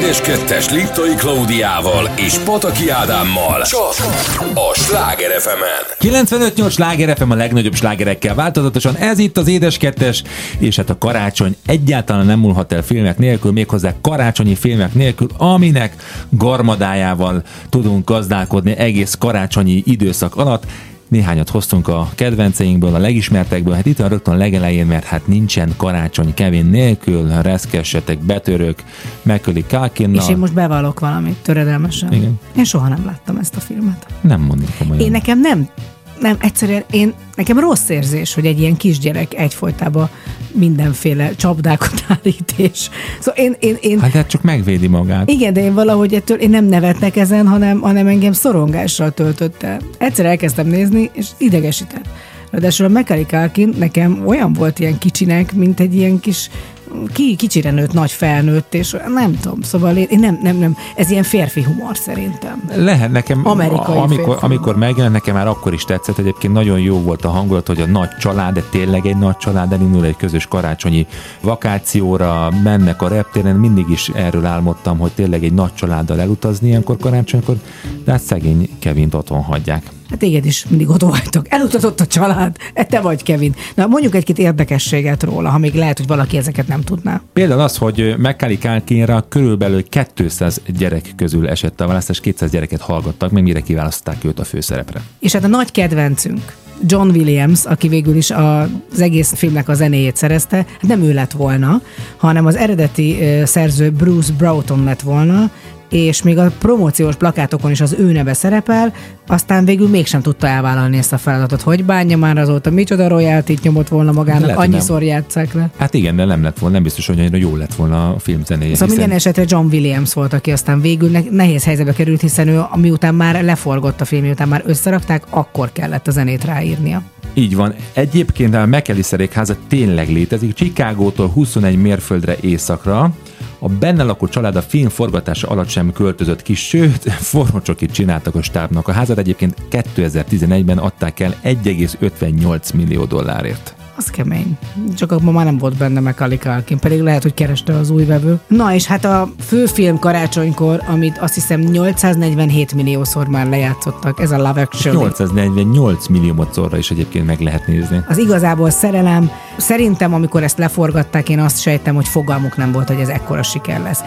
Édes Kettes Liptai Klaudiával és Pataki Ádámmal csak a Sláger ef emen. kilencvenöt nyolc Sláger ef em a legnagyobb slágerekkel változatosan. Ez itt az Édes Kettes, és hát a karácsony egyáltalán nem múlhat el filmek nélkül, méghozzá karácsonyi filmek nélkül, aminek garmadájával tudunk gazdálkodni egész karácsonyi időszak alatt. Néhányat hoztunk a kedvenceinkből, a legismertekből, hát itt van rögtön a legelején, mert hát nincsen karácsony Kevin nélkül, reszkessetek, betörök, Macaulay Culkinnal. És én most bevallok valamit töredelmesen. Igen. Én soha nem láttam ezt a filmet. Nem mondjuk komolyan. Én nekem nem, nem, egyszerűen én, nekem rossz érzés, hogy egy ilyen kisgyerek egyfolytában mindenféle csapdákat állít, és szóval én, én, én Hát, hát csak megvédi magát. igen, de én valahogy ettől én nem nevetnek ezen, hanem, hanem engem szorongással töltött el. Egyszer elkezdtem nézni, és idegesített. Ráadásul a Macaulay Culkin nekem olyan volt ilyen kicsinek, mint egy ilyen kis ki, kicsire nőtt, nagy felnőtt, és nem tudom, szóval én nem, nem, nem, ez ilyen férfi humor szerintem. Lehet nekem, Amerikai a, amikor, férfi. amikor megjelent, nekem már akkor is tetszett, egyébként nagyon jó volt a hangulat, hogy a nagy család, de tényleg egy nagy család elindul egy közös karácsonyi vakációra, mennek a reptéren, mindig is erről álmodtam, hogy tényleg egy nagy családdal elutazni ilyenkor karácsonykor, de hát szegény Kevint otthon hagyják. Hát téged is mindig ott vagytok. Elutatott a család, te vagy Kevin. Na mondjuk egy-két érdekességet róla, ha még lehet, hogy valaki ezeket nem tudná. Például az, hogy Macaulay Culkinra körülbelül kétszáz gyerek közül esett a választás, kétszáz gyereket hallgattak, meg mire kiválasztották őt a főszerepre. És hát a nagy kedvencünk, John Williams, aki végül is az egész filmnek a zenéjét szerezte, hát nem ő lett volna, hanem az eredeti uh, szerző Bruce Broughton lett volna, és még a promóciós plakátokon is az ő neve szerepel, aztán végül mégsem tudta elvállalni ezt a feladatot. Hogy bánja már azóta, micsoda royaltit nyomott volna magának, Lehet, annyiszor játsszák le. Hát igen, de nem lett volna, nem biztos, hogy annyira jó lett volna a film zenéje. Szóval minden esetre John Williams volt, aki aztán végül ne- nehéz helyzetbe került, hiszen ő, miután már leforgott a film, miután már összerakták, akkor kellett a zenét ráírnia. Így van. Egyébként a McAllisterék háza tényleg létezik, Chicagótól huszonegy mérföldre északra. A benne lakó család a film forgatása alatt sem költözött ki, sőt, forrócsokit csináltak a stábnak. A házat egyébként kétezer-tizenegyben adták el egy egész ötvennyolc millió dollárért. Az kemény. Csak akkor már nem volt benne Macaulay Culkin, pedig lehet, hogy kereste az új vevő. Na és hát a főfilm karácsonykor, amit azt hiszem nyolcszáznegyvenhét milliószor már lejátszottak, ez a Love Actually. nyolcszáznegyvennyolc milliómodszorra is egyébként meg lehet nézni. Az igazából szerelem. Szerintem, amikor ezt leforgatták, én azt sejtem, hogy fogalmuk nem volt, hogy ez ekkora siker lesz.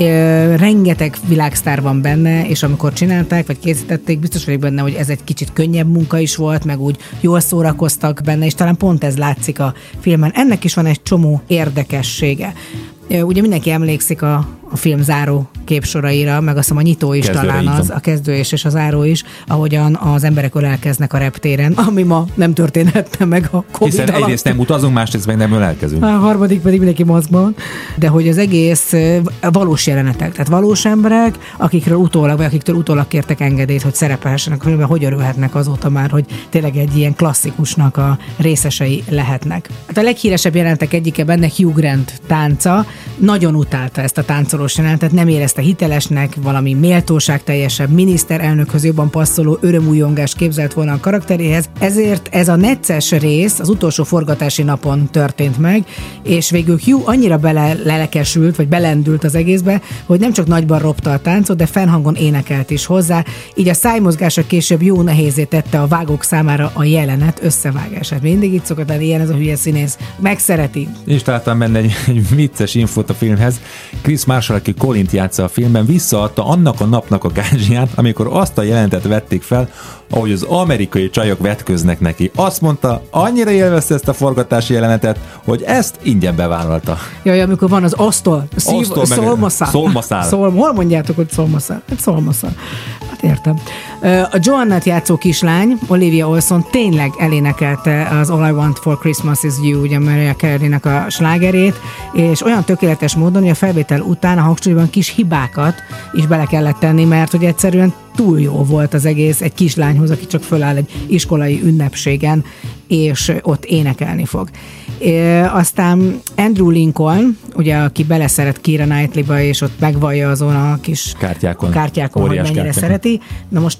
Ö, rengeteg világsztár van benne, és amikor csinálták, vagy készítették, biztos vagyok benne, hogy ez egy kicsit könnyebb munka is volt, meg úgy jól szórakoztak benne, és talán pont ez látszik a filmen. Ennek is van egy csomó érdekessége. Ugye mindenki emlékszik a, a film záró képsoraira, meg azt hiszem a nyitó is Kezdőre, talán az, a kezdő és, és a záró is, ahogyan az emberek ölelkeznek a reptéren, ami ma nem történhetne meg a Covid Hiszen alatt. egyrészt nem utazunk, másrészt meg nem ölelkezünk. A harmadik pedig mindenki maszkban, de hogy az egész valós jelenetek, tehát valós emberek, akikről utólag, vagy akiktől utólag kértek engedélyt, hogy szerepelhessenek a filmben, hogy örülhetnek azóta már, hogy tényleg egy ilyen klasszikusnak a részesei lehetnek. Hát a leghíresebb jelenetek egyike benne Hugh Grant tánca, nagyon utálta ezt a táncolós jelenetet, nem érezte hitelesnek, valami méltóságteljesebb, miniszterelnökhöz jobban passzoló örömújongás képzelt volna a karakteréhez, ezért ez a necces rész az utolsó forgatási napon történt meg, és végül Hugh annyira belelekesült, vagy belendült az egészbe, hogy nem csak nagyban ropta a táncot, de fennhangon énekelt is hozzá, így a szájmozgása később jó nehézé tette a vágók számára a jelenet összevágását. Mindig itt szokott lenni ilyen ez a hülye színész. Megszereti. És találtam benne egy, egy vicces infót a filmhez. Chris Marshall, aki Colint játsza a filmben, visszaadta annak a napnak a gázsiát, amikor azt a jelentet vették fel, ahogy az amerikai csajok vetköznek neki. Azt mondta, annyira élvezte ezt a forgatási jelenetet, hogy ezt ingyen bevállalta. Jaj, amikor van az asztal, szív, Asztal, meg- szolmaszál. szolmaszál. Szol, hol mondjátok, hogy szolmaszál? Hát szolmaszál. Hát értem. A Joannát játszó kislány, Olivia Olson tényleg elénekelte az All I Want for Christmas is You, ugye Mariah Carey-nek a slágerét, és olyan tökéletes módon, hogy a felvétel után a hangsúlyban kis hibákat is bele kellett tenni, mert hogy egyszerűen túl jó volt az egész egy kislányhoz, aki csak föláll egy iskolai ünnepségen, és ott énekelni fog. É, aztán Andrew Lincoln, ugye, aki beleszeret Keira Knightley-ba, és ott megvallja azon a kis Kártyákon. kártyákon hogy Óriás mennyire kártyákon. szereti. Na most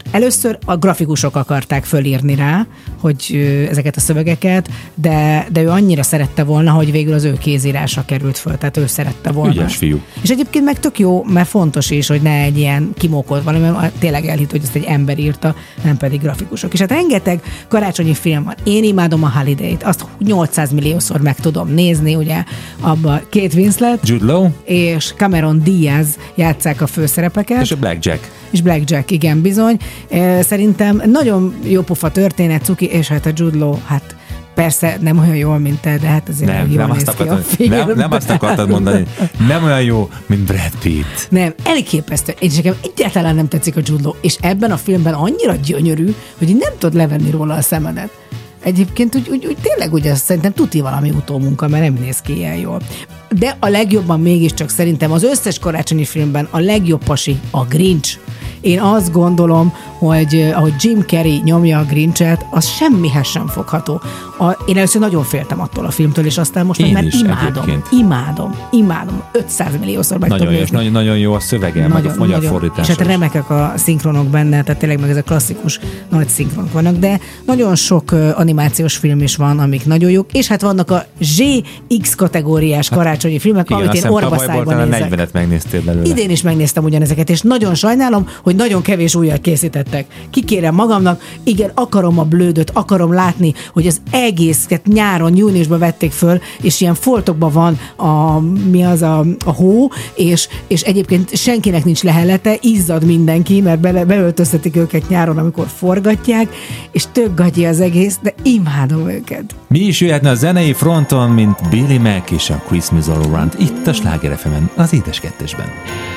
Először a grafikusok akarták fölírni rá, hogy ö, ezeket a szövegeket, de, de ő annyira szerette volna, hogy végül az ő kézírása került föl, tehát ő szerette volna. Ügyes fiú. És egyébként meg tök jó, mert fontos is, hogy ne egy ilyen kimókolt valami, mert tényleg elhitt, hogy ezt egy ember írta, nem pedig grafikusok. És hát rengeteg karácsonyi film van. Én imádom a Holiday-t, azt nyolcszáz milliószor meg tudom nézni, ugye abban Kate Winslet, Jude Law és Cameron Diaz játsszák a főszerepeket. és a Blackjack. És Blackjack, igen, bizony. E, Szerintem nagyon jó pofa történet, cuki, és hát a Jude Law, hát persze nem olyan jól, mint te, de hát azért Nem, jól nem néz azt, ki a akartad, filmben. nem, nem azt akartad mondani. Nem olyan jó, mint Brad Pitt. Nem, elképesztő. És nekem egyáltalán nem tetszik a Jude Law, és ebben a filmben annyira gyönyörű, hogy így nem tudod levenni róla a szemedet. Egyébként úgy, úgy, úgy tényleg ugye szerintem tuti valami utómunka, mert nem néz ki ilyen jól. De a legjobban mégiscsak szerintem az összes karácsonyi filmben a legjobb pasi a Grinch. Én azt gondolom, hogy eh, ahogy Jim Carrey nyomja a Grinchet, az semmihez sem fogható. A, én először nagyon féltem attól a filmtől, és aztán most Én meg már is imádom, egyébként. imádom, imádom. ötszáz milliószor meg Nagyon tudom jó, és nézni. nagyon, nagyon jó a szövege, meg a magyar fordítás. És hát remekek a szinkronok benne, tehát tényleg meg ez a klasszikus nagy szinkronok vannak, de nagyon sok uh, animációs film is van, amik nagyon jók, és hát vannak a zé iksz kategóriás karácsonyi filmek, Igen, amit azt én hiszem, tavaly orvaszájban voltál, nézek. negyvenet megnéztél belőle. Idén is megnéztem ugyanezeket, és nagyon sajnálom, hogy nagyon kevés újat készítettek. Kikérem magamnak, igen, akarom a blődöt, akarom látni, hogy az egészet nyáron, júniusban vették föl, és ilyen foltokban van a, mi az a, a hó, és, és egyébként senkinek nincs lehellete, izzad mindenki, mert bele, beöltöztetik őket nyáron, amikor forgatják, és tök gagyi az egész, de imádom őket. Mi is jöhetne a zenei fronton, mint Billy Mac és a Christmas All Around, itt a Sláger ef emen, az Édes Kettesben.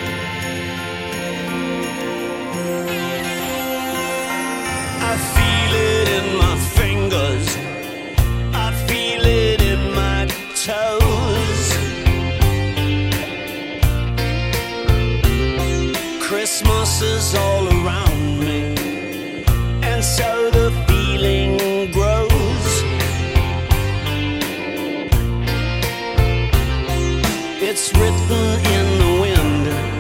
I feel it in my fingers. I feel it in my toes. Christmas is all around me, and so the feeling grows. It's written in the wind.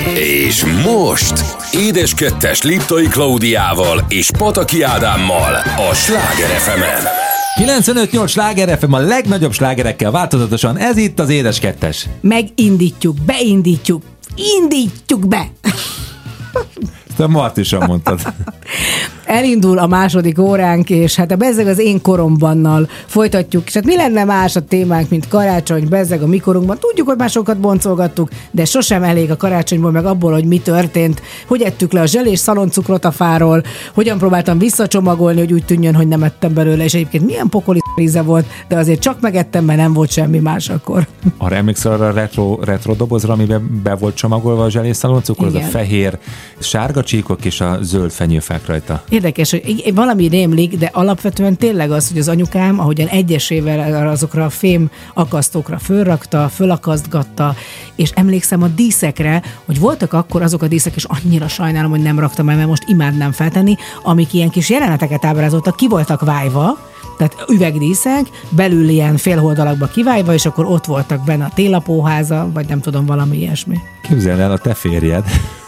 És most Édes Kettes Liptai Klaudiával és Pataki Ádámmal a Sláger ef emen. kilencvenöt nyolc Sláger ef em a legnagyobb slágerekkel változatosan, ez itt az Édes Kettes. Megindítjuk, beindítjuk, indítjuk be! Te Martisan mondtad. Elindul a második óránk, és hát a Bezzeg az én korombannal folytatjuk. És hát mi lenne más a témánk, mint karácsony, Bezzeg a mi korunkban. Tudjuk, hogy másokat boncolgattuk, de sosem elég a karácsonyból, meg abból, hogy mi történt. Hogy ettük le a zselés szaloncukrot a fáról, hogyan próbáltam visszacsomagolni, hogy úgy tűnjön, hogy nem ettem belőle, és egyébként milyen pokoli íze volt, de azért csak megettem, mert nem volt semmi más akkor. Arra emlékszel arra a retro, retro dobozra, amiben be volt csomagolva a zselés szaloncukor, az a fehér, sárga csíkok és a zöld fenyőfák rajta. Érdekes, hogy valami rémlik, de alapvetően tényleg az, hogy az anyukám, ahogyan egyesével azokra a fém akasztókra fölrakta, fölakasztgatta, és emlékszem a díszekre, hogy voltak akkor azok a díszek, és annyira sajnálom, hogy nem raktam el, mert most imádnám feltenni, amik ilyen kis jeleneteket ábrázoltak, ki voltak vájva, tehát üvegdíszek, belül ilyen félholdalakba kivájva, és akkor ott voltak benne a télapóháza, vagy nem tudom, valami ilyesmi. Képzeld el, a te férjed.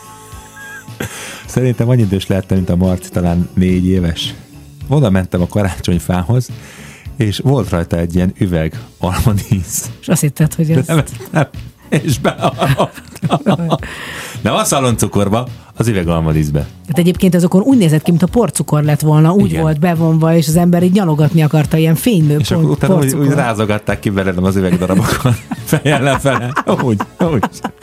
Szerintem annyi idős lehettem, mint a Marci, talán négy éves. Oda mentem a karácsonyfához, és volt rajta egy ilyen üveg almadísz. És azt hitted, hogy ez... Nem, nem. És beharapta. Nem a szaloncukorba, az üveg almadíszbe. Hát egyébként azokon úgy nézett ki, mint a porcukor lett volna, úgy Igen. volt bevonva, és az ember így nyalogatni akarta, ilyen fénylő És akkor utána úgy, úgy rázogatták ki belőlem az üvegdarabokat. Fejjel lefele. Úgy, úgy.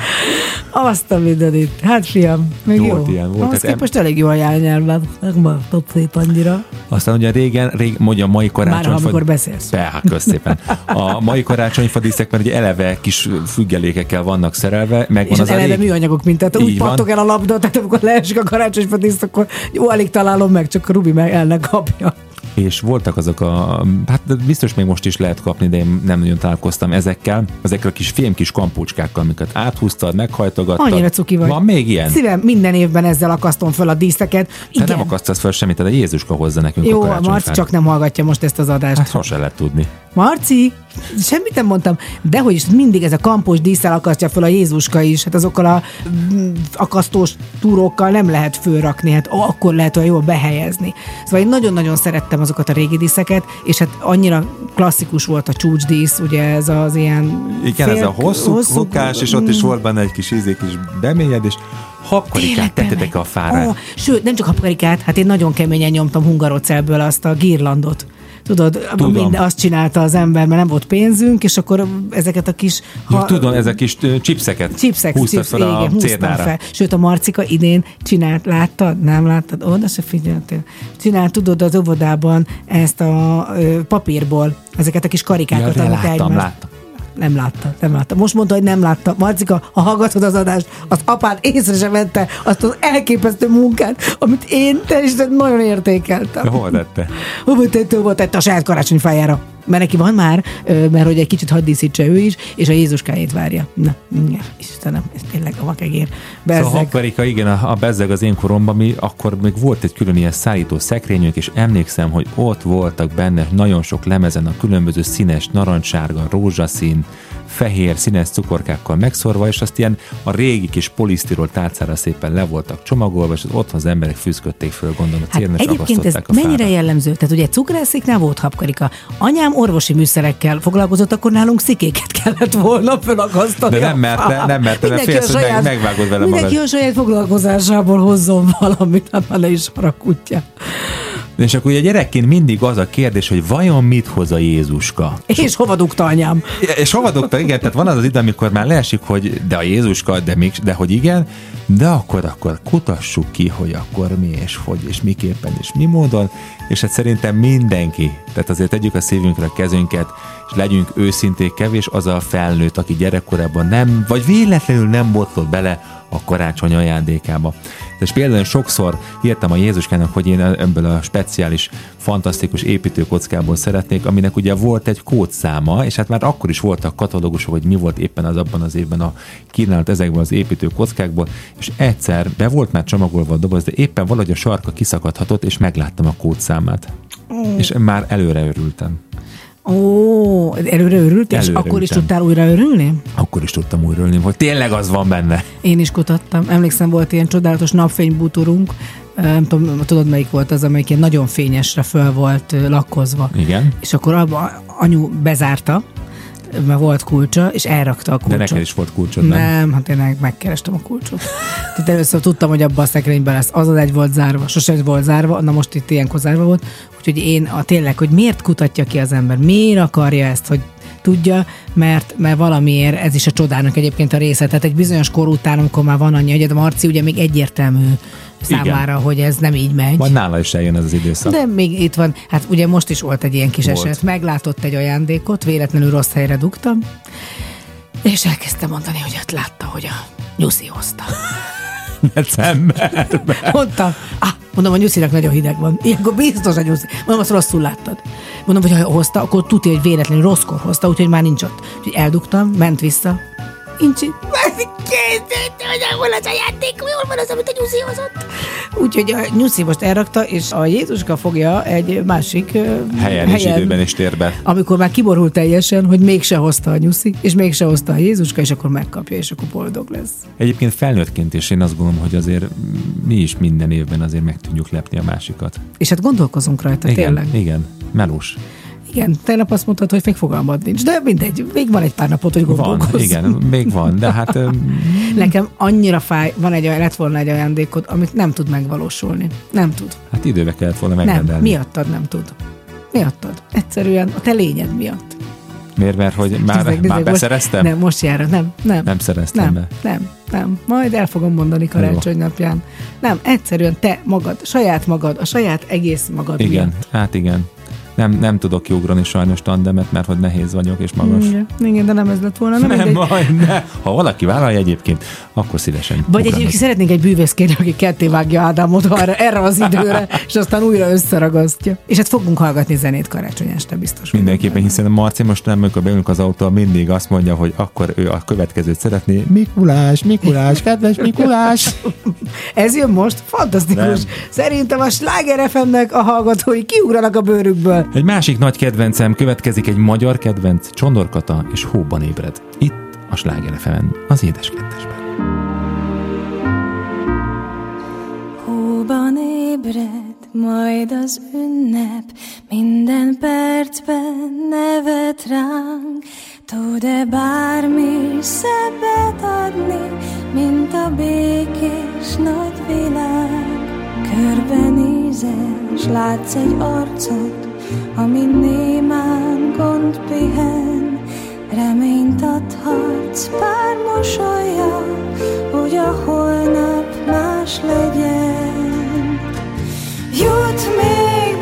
Azt a mindenit. Hát fiam, még Volt jó. ilyen, volt. Ahhoz Hát képest elég jó a jelnyelven. Megmartott szép annyira. Aztán ugye régen, rég, mondja a mai karácsonyfa... Már amikor beszélsz. Be, hát közszépen. A mai karácsonyfadíszek, mert ugye eleve kis függelékekkel vannak szerelve, megvan És az, az az eleve rég... műanyagok, mint tehát úgy Így van. pattog el a labda, tehát amikor leesik a karácsonyfadíszt, akkor jó, alig találom meg, csak a Rubi meg el ne kapja. És voltak azok a, hát biztos még most is lehet kapni, de én nem nagyon találkoztam ezekkel, ezekkel a kis fém kis kampócskákkal, amiket áthúztad, meghajtogattad. Annyira cuki vagy. Van még ilyen? Szívem, minden évben ezzel akasztom fel a díszeket. Te Igen. nem akasztasz fel semmit, de Jézuska hozza nekünk Jó, a a Marci karácsonyfát. csak nem hallgatja most ezt az adást. Hát sose lehet tudni. Marci, semmit nem mondtam, de hogy is mindig ez a kampós dísszel akasztja fel a Jézuska is, hát azokkal a mm, akasztós túrókkal nem lehet fölrakni, hát akkor lehet olyan jól behelyezni. Szóval én nagyon-nagyon szerettem azokat a régi díszeket, és hát annyira klasszikus volt a csúcsdísz, ugye ez az ilyen... Igen, fél, ez a hosszú, hosszú lukás, és ott is volt benne egy kis ízé, kis bemélyed, és habkarikát tettetek a fára. Oh, sőt, nem csak habkarikát, hát én nagyon keményen nyomtam hungarocelből azt a girlandot. Tudod, minden azt csinálta az ember, mert nem volt pénzünk, és akkor ezeket a kis... Ha, ja, tudom, ezek kis uh, chipseket Chipsek, húztad chips, fel a igen, húztam cérnára. fel. Sőt, a Marcika idén csinált, láttad? Nem láttad? Oda se figyeltél. Csinált, tudod, az óvodában ezt a ö, papírból, ezeket a kis karikákat, Ja, amit láttam, egymás... láttam. Nem látta, nem látta. Most mondta, hogy nem látta. Marcika, ha hallgatod az adást, az apád észre sem vette azt az elképesztő munkát, amit én te is nagyon értékeltem. De hol tette? Hova tette, hova tette a saját karácsonyfájára? Mert neki van már, mert hogy egy kicsit hadd díszítse ő is, és a Jézuskájét várja. Na, igen, Istenem, ez tényleg a vakegér. Bezzeg. Szóval a habkarika, igen, a, a bezzeg az én koromban, mi akkor még volt egy külön ilyen szállító szekrényünk, és emlékszem, hogy ott voltak benne nagyon sok lemezen a különböző színes, narancssárga, rózsaszín, fehér, színes cukorkákkal megszorva, és azt ilyen a régi kis polisztirol tálcára szépen le voltak csomagolva, és az otthon az emberek fűzködték föl, gondolom, a cérnet, hát egyébként ez a fára. mennyire jellemző? Tehát ugye cukrászéknál volt habkarika. Anyám orvosi műszerekkel foglalkozott, akkor nálunk szikéket kellett volna fölakasztani. De nem merte, nem merte, mert félsz, hogy meg, megvágod vele magad. Mindenki a saját foglalkozásából hozzon valamit, hát már le is haragudja. És akkor ugye gyerekként mindig az a kérdés, hogy vajon mit hoz a Jézuska? És, és hova dugta anyám? És hova dugta, igen, tehát van az az idő, amikor már leesik, hogy de a Jézuska, de, még, de hogy igen, de akkor, akkor kutassuk ki, hogy akkor mi és hogy, és miképpen, és mi módon, és hát szerintem mindenki, tehát azért tegyük a szívünkre a kezünket, és legyünk őszinték, kevés az a felnőtt, aki gyerekkorában nem, vagy véletlenül nem botlott bele a karácsony ajándékába. És például sokszor írtam a Jézuskának, hogy én ebből a speciális, fantasztikus építőkockából szeretnék, aminek ugye volt egy kódszáma, és hát már akkor is voltak katalógusok, hogy mi volt éppen az abban az évben a kínálat ezekből az építőkockákból, és egyszer be volt már csomagolva a doboz, de éppen valahogy a sarka kiszakadhatott, és megláttam a kódszámát. Mm. És már előre örültem. Ó, előre örültél, és Előre akkor is örültem. tudtál újra örülni? Akkor is tudtam újra örülni, hogy tényleg az van benne. Én is kutattam. Emlékszem, volt ilyen csodálatos napfénybútorunk, nem tudom, tudod melyik volt az, amelyik ilyen nagyon fényesre föl volt ö, lakkozva. Igen. És akkor abba anyu bezárta, mert volt kulcsa, és elrakta a De kulcsot. neked is volt kulcsod, nem? Nem, hát én meg- megkerestem a kulcsot. Tehát először tudtam, hogy abban a szekrényben lesz. Az az egy volt zárva, sose volt zárva, na most itt ilyenkor zárva volt. Úgyhogy én a, tényleg, hogy miért kutatja ki az ember, miért akarja ezt, hogy tudja, mert, mert valamiért ez is a csodának egyébként a része. Tehát egy bizonyos kor után, amikor már van annyi, hogy a Marci ugye még egyértelmű számára, igen, hogy ez nem így megy. Majd nála is eljön ez az időszak. De még itt van, hát ugye most is volt egy ilyen kis Volt. eset, meglátott egy ajándékot, véletlenül rossz helyre dugtam, és elkezdte mondani, hogy hát látta, hogy a Nyuszi hozta. Decemberben. Mondtam, ah, mondom, a Nyuszinak nagyon hideg van. Ilyenkor biztos a Nyuszi. Mondom, azt rosszul láttad. Mondom, hogy ha hozta, akkor tudja, hogy véletlenül rosszkor hozta, úgyhogy már nincs ott. Úgyhogy eldugtam, ment vissza. Nincs itt. Készített, hogy hol az ajándék, hol van az, amit a Nyuszi hozott. Úgyhogy a Nyuszi most elrakta, és a Jézuska fogja egy másik ö, Helyen és időben és térben. amikor már kiborult teljesen, hogy mégse hozta a Nyuszi, és mégse hozta a Jézuska, és akkor megkapja, és akkor boldog lesz. Egyébként felnőttként is én azt gondolom, hogy azért mi is minden évben azért meg tudjuk lepni a másikat. És hát gondolkozunk rajta, Igen, tényleg. igen. Melós. Igen, tegnap azt mondtad, hogy még fogalmad nincs, de mindegy, még van egy pár napot, hogy Van, gondolkozz. igen, még van, de hát öm, Nekem annyira fáj, van egy, olyan- lett volna egy ajándékod, amit nem tud megvalósulni. Nem tud. hát időbe kellett volna Nem, megrendelni. miattad nem tud. Miattad. Egyszerűen a te lényed miatt. Miért? Mert hogy már, Nézzek, már nézzek, beszereztem? Most, nem, most jár. Nem, nem. Nem szereztem nem, be. Nem, nem. Majd el fogom mondani karácsony napján. Nem, egyszerűen te magad, saját magad, a saját egész magad Igen, miatt. hát igen. Nem, nem tudok kiugrani sajnos tandemet, mert hogy nehéz vagyok és magas. Igen, igen, de nem ez lett volna. Nem, Nem, mindegy. majd ne. Ha valaki vállalja egyébként, akkor szívesen. Vagy ugranak. egyébként szeretnénk egy bűvész kérni, aki ketté vágja Ádámot arra, erre az időre, és aztán újra összeragasztja. És hát fogunk hallgatni zenét karácsony este, biztos. vagyok Mindenképpen, benne. hiszen a Marci most nem, amikor beülünk az autóval, mindig azt mondja, hogy akkor ő a következőt szeretné. Mikulás, Mikulás, kedves Mikulás! Ez jön most? Fantasztikus. Nem. Szerintem a Sláger ef em-nek a hallgatói kiugranak a bőrükből. Egy másik nagy kedvencem következik, egy magyar kedvenc, Csondorkata és Hóban ébred. Itt a Sláger ef emen, az Édes Kettesben. Hóban ébred, majd az ünnep, minden percben nevet ránk. Tud-e bármi szebbet adni, mint a békés nagy világ? Körbenézel, s látsz egy arcot, ami némán gond pihen. Reményt adhatsz pár mosolya, hogy a holnap más legyen. Jut még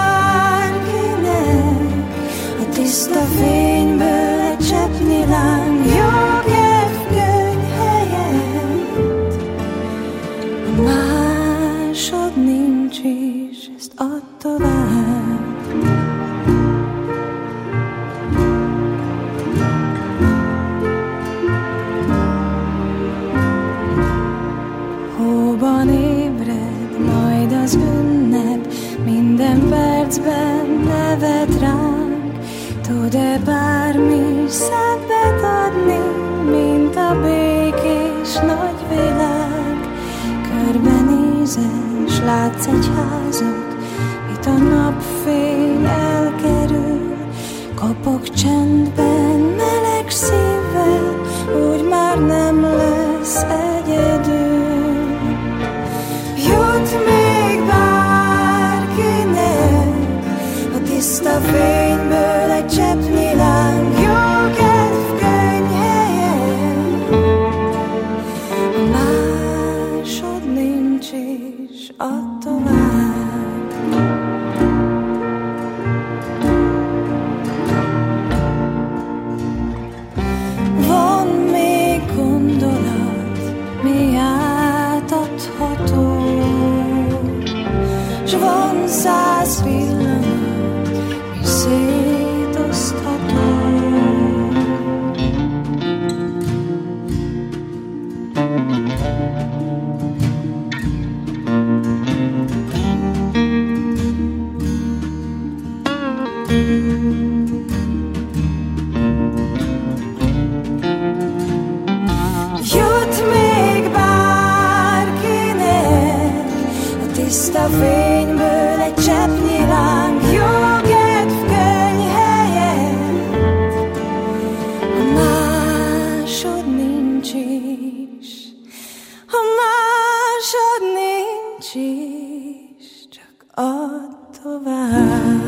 bárkinek a tiszta fényből egy cseppnyi láng, jogevkönyv helyett. A másod nincs is, ezt add tovább. Hóban ébred, majd az ünnep, minden percben nevet ránk. Tud-e bármi szebbet adni, mint a békés nagy világ? Körbenézel, s látsz egy házat, itt a napfény elkerül. Kopog csendben, meleg szívvel, úgy már nem lesz egyedül. Jut még bárkinek a tiszta fényből egy cseppnyi láng, jogevkönyv helyett. Másod nincs is, add tovább. fényből egy cseppnyi láng, jó kedv könny helyett. Ha másod nincs is, ha másod nincs is, csak add tovább.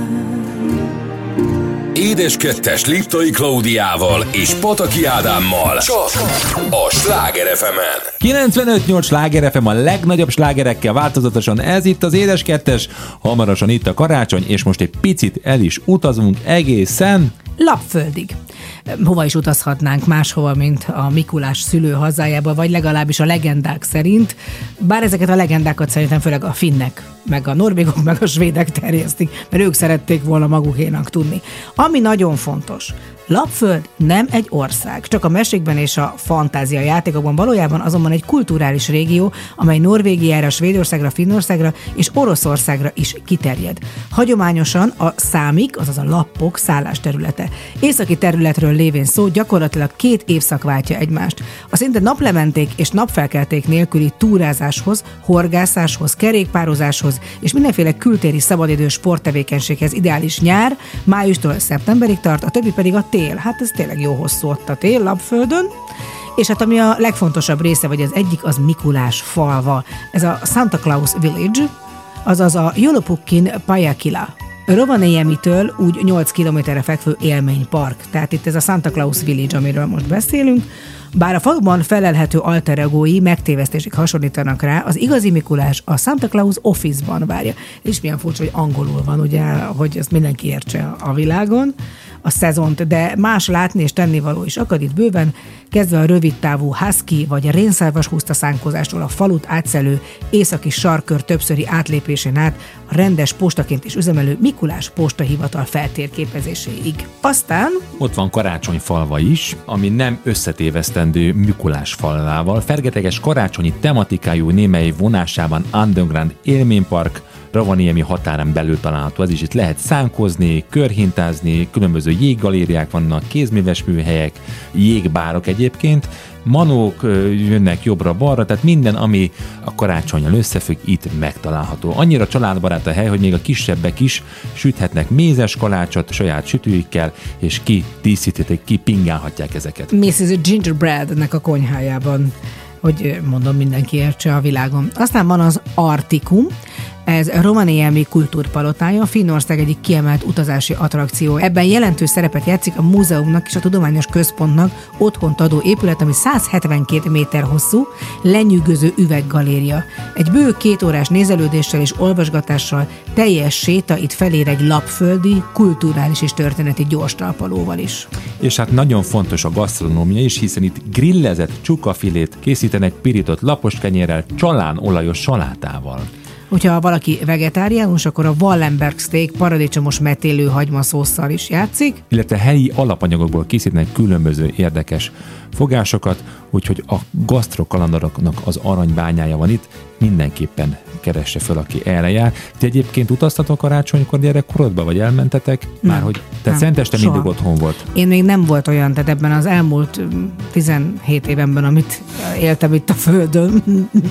Édes kettes Liptai Klaudiával és Pataki Ádámmal csak a Sláger ef emen. kilencvenöt nyolc Sláger ef em a legnagyobb slágerekkel változatosan, ez itt az Édes kettes, hamarosan itt a karácsony, és most egy picit el is utazunk egészen Lapföldig. Hova is utazhatnánk máshova, mint a Mikulás szülő hazájába, vagy legalábbis a legendák szerint. Bár ezeket a legendákat szerintem főleg a finnek, meg a norvégok, meg a svédek terjesztik, mert ők szerették volna magukénak tudni. Ami nagyon fontos, Lapföld nem egy ország, csak a mesékben és a fantázia játékokban, valójában azonban egy kulturális régió, amely Norvégiára, Svédországra, Finnországra és Oroszországra is kiterjed. Hagyományosan a számik, azaz a lappok szállásterülete. Északi területről lévén szó gyakorlatilag két évszak váltja egymást. A szinte naplementék és napfelkelték nélküli túrázáshoz, horgászáshoz, kerékpározáshoz és mindenféle kültéri szabadidő sporttevékenységhez ideális nyár, májustól szeptemberig tart, a többi pedig a tél. Hát ez tényleg jó hosszú ott a tél Lapföldön. És hát ami a legfontosabb része, vagy az egyik, az Mikulás falva. Ez a Santa Claus Village, azaz a Jolopukkin Pajakila. Rovaniemitől úgy nyolc kilométerre fekvő élménypark. Tehát itt ez a Santa Claus Village, amiről most beszélünk. Bár a faluban felelhető alter egói megtévesztésig hasonlítanak rá, az igazi Mikulás a Santa Claus Office-ban várja. És milyen furcsa, hogy angolul van, ugye, hogy ezt mindenki értse a világon, a szezont, de más látni és tennivaló is akad itt bőven, kezdve a rövidtávú husky vagy a rénszarvas húsztaszánkozástól a falut átszelő északi sarkör többszöri átlépésén át a rendes postaként is üzemelő Mikulás postahivatal feltérképezéséig. Aztán ott van Karácsonyfalva is, ami nem összetévesztendő Mikulás falvával, fergeteges karácsonyi tematikájú némely vonásában underground élménypark, Rovaniemi határán belül található. Ez is itt lehet szánkozni, körhintázni, különböző jéggalériák vannak, kézműves műhelyek, jégbárok egyébként, manók jönnek jobbra-balra, tehát minden, ami a karácsonnyal összefügg, itt megtalálható. Annyira családbarát a hely, hogy még a kisebbek is süthetnek mézes kalácsot saját sütőikkel, és ki díszíthetik, ki pingálhatják ezeket. missus Gingerbreadnek a konyhájában, hogy mondom, mindenki értse a világon. Aztán van az Artikum, ez Rovaniemi kultúrpalotája, Finnország egyik kiemelt utazási attrakció. Ebben jelentős szerepet játszik a múzeumnak és a tudományos központnak otthont adó épület, ami száz hetvenkét méter hosszú, lenyűgöző üveggaléria. Egy bő két órás nézelődéssel és olvasgatással teljes séta itt felér egy lapföldi, kulturális és történeti gyors talpalóval is. És hát nagyon fontos a gasztronómia is, hiszen itt grillezett csukafilét készítenek pirított lapos kenyérrel, csalán olajos salátával. Hogyha valaki vegetáriánus, akkor a Wallenberg steak paradicsomos metélő hagymaszósszal is játszik. Illetve helyi alapanyagokból készítenek különböző érdekes fogásokat, úgyhogy a gasztrokalandoroknak az aranybányája van itt, mindenképpen keresse fel, aki erre jár. Ti egyébként utaztatok karácsonykor gyerekkorodba, vagy elmentetek? Már hogy te Szenteste mindig otthon volt. Én még nem volt olyan, tehát ebben az elmúlt tizenhét évenben, amit éltem itt a Földön,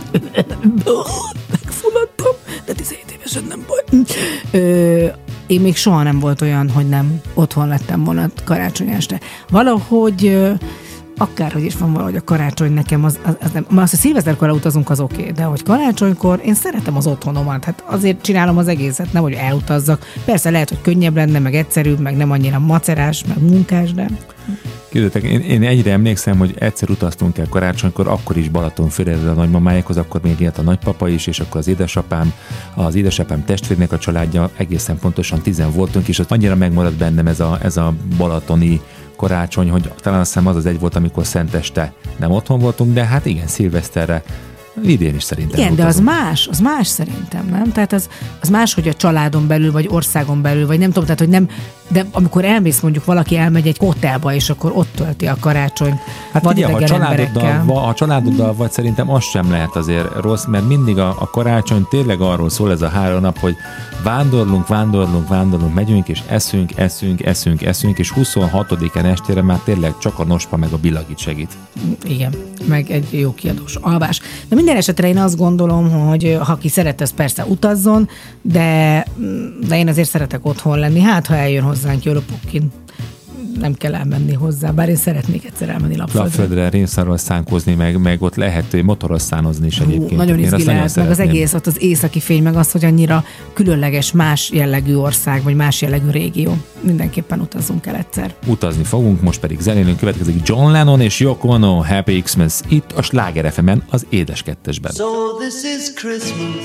megfulladtam, de tizenhét évesen nem baj. Ö, én még soha nem volt olyan, hogy nem otthon lettem volna karácsony este. Valahogy ö, akárhogy is van valahogy a karácsony nekem, az, az, az nem. Már azt, hogy szilveszterkorra utazunk, az oké, okay, de hogy karácsonykor én szeretem az otthonomat, hát azért csinálom az egészet, nem hogy elutazzak. Persze lehet, hogy könnyebb lenne, meg egyszerűbb, meg nem annyira macerás, meg munkás, de... Képzeljétek, én, én egyre emlékszem, hogy egyszer utaztunk el karácsonykor, akkor is Balatonfüredre a nagymamáékhoz, akkor még élt a nagypapa is, és akkor az édesapám, az édesapám testvérnek a családja, egészen pontosan tizen voltunk, és ott annyira megmaradt bennem ez a, ez a balatoni karácsony, hogy talán azt hiszem az az egy volt, amikor Szenteste nem otthon voltunk, de hát igen, szilveszterre idén is szerintem. Igen, utazom. de az más, az más szerintem, nem? Tehát az, az más, hogy a családon belül, vagy országon belül, vagy nem tudom, tehát hogy nem, de amikor elmész, mondjuk valaki elmegy egy hotelba, és akkor ott tölti a karácsony. Hát figyelj, ha családoddal, ha családoddal vagy, szerintem az sem lehet azért rossz, mert mindig a, a karácsony tényleg arról szól ez a három nap, hogy vándorlunk, vándorlunk, vándorlunk, megyünk, és eszünk, eszünk, eszünk, eszünk, és huszonhatodikán estére már tényleg csak a nospa meg a bilagit segít. Igen, meg egy jó kiadós alvás. De minden esetre én azt gondolom, hogy ha ki szeret, az persze utazzon, de, de én azért szeretek otthon lenni. Hát, ha eljön hozzánk Jolopukin, nem kell elmenni hozzá, bár én szeretnék egyszer elmenni Lapföldre. Lapföldre, rénszarral szánkozni, meg, meg ott lehet motorosszánozni is egyébként. Hú, nagyon izgi lehet, meg az egész, ott az északi fény, meg az, hogy annyira különleges, más jellegű ország, vagy más jellegű régió. Mindenképpen utazzunk el egyszer. Utazni fogunk, most pedig zenélünk, következik John Lennon és Yoko Ono, Happy Xmas, itt a Sláger ef emen, az Édes Kettesben. So this is Christmas,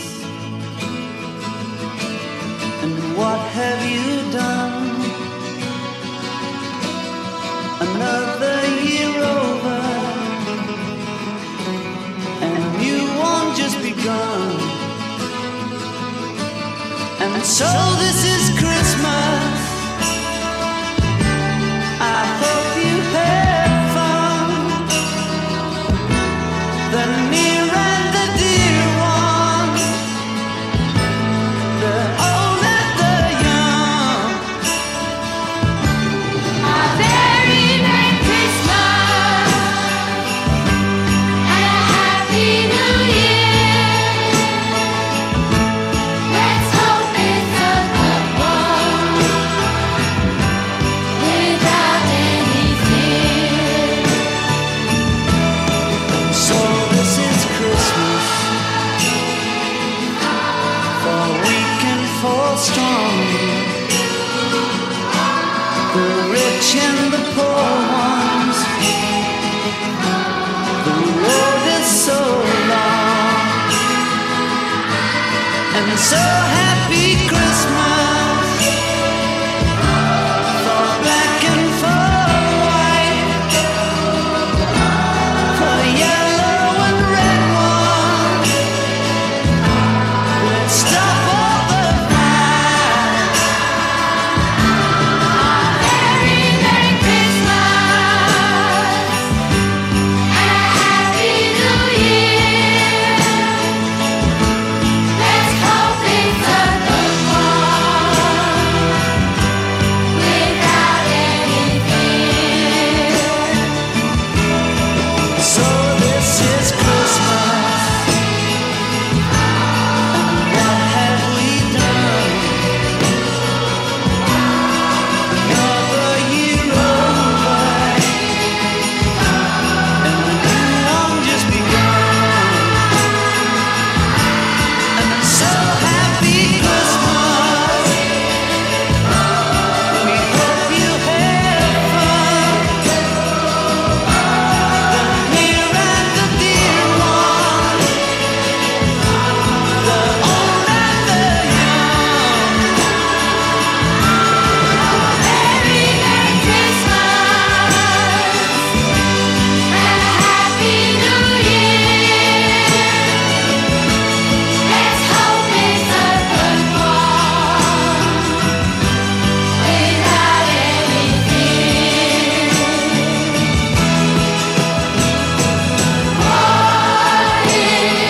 and what have you done? Another year over, and you won't just begun. And so this is Christmas. I hope you had fun. The near and the dear one, the old and the young. A very Merry Christmas and a Happy New Year. Let's hope it's a good one without any fear. So this is Christmas, for weak and for strong, the rich and the poor ones. The road is so long, and so happy Christmas for black and for white, for yellow and red one. Let's stop all the fight. Very Merry Christmas and a Happy New Year. Let's hope it's a good one without any fear. So this is Christmas, and what have we done? Another year over, and the new one just begun. And I'm so happy Christmas. We hope you had fun. The near and the dear one, the old and the young. Very Merry Christmas and a Happy New Year. Let's hope it's a good one without any fear. What is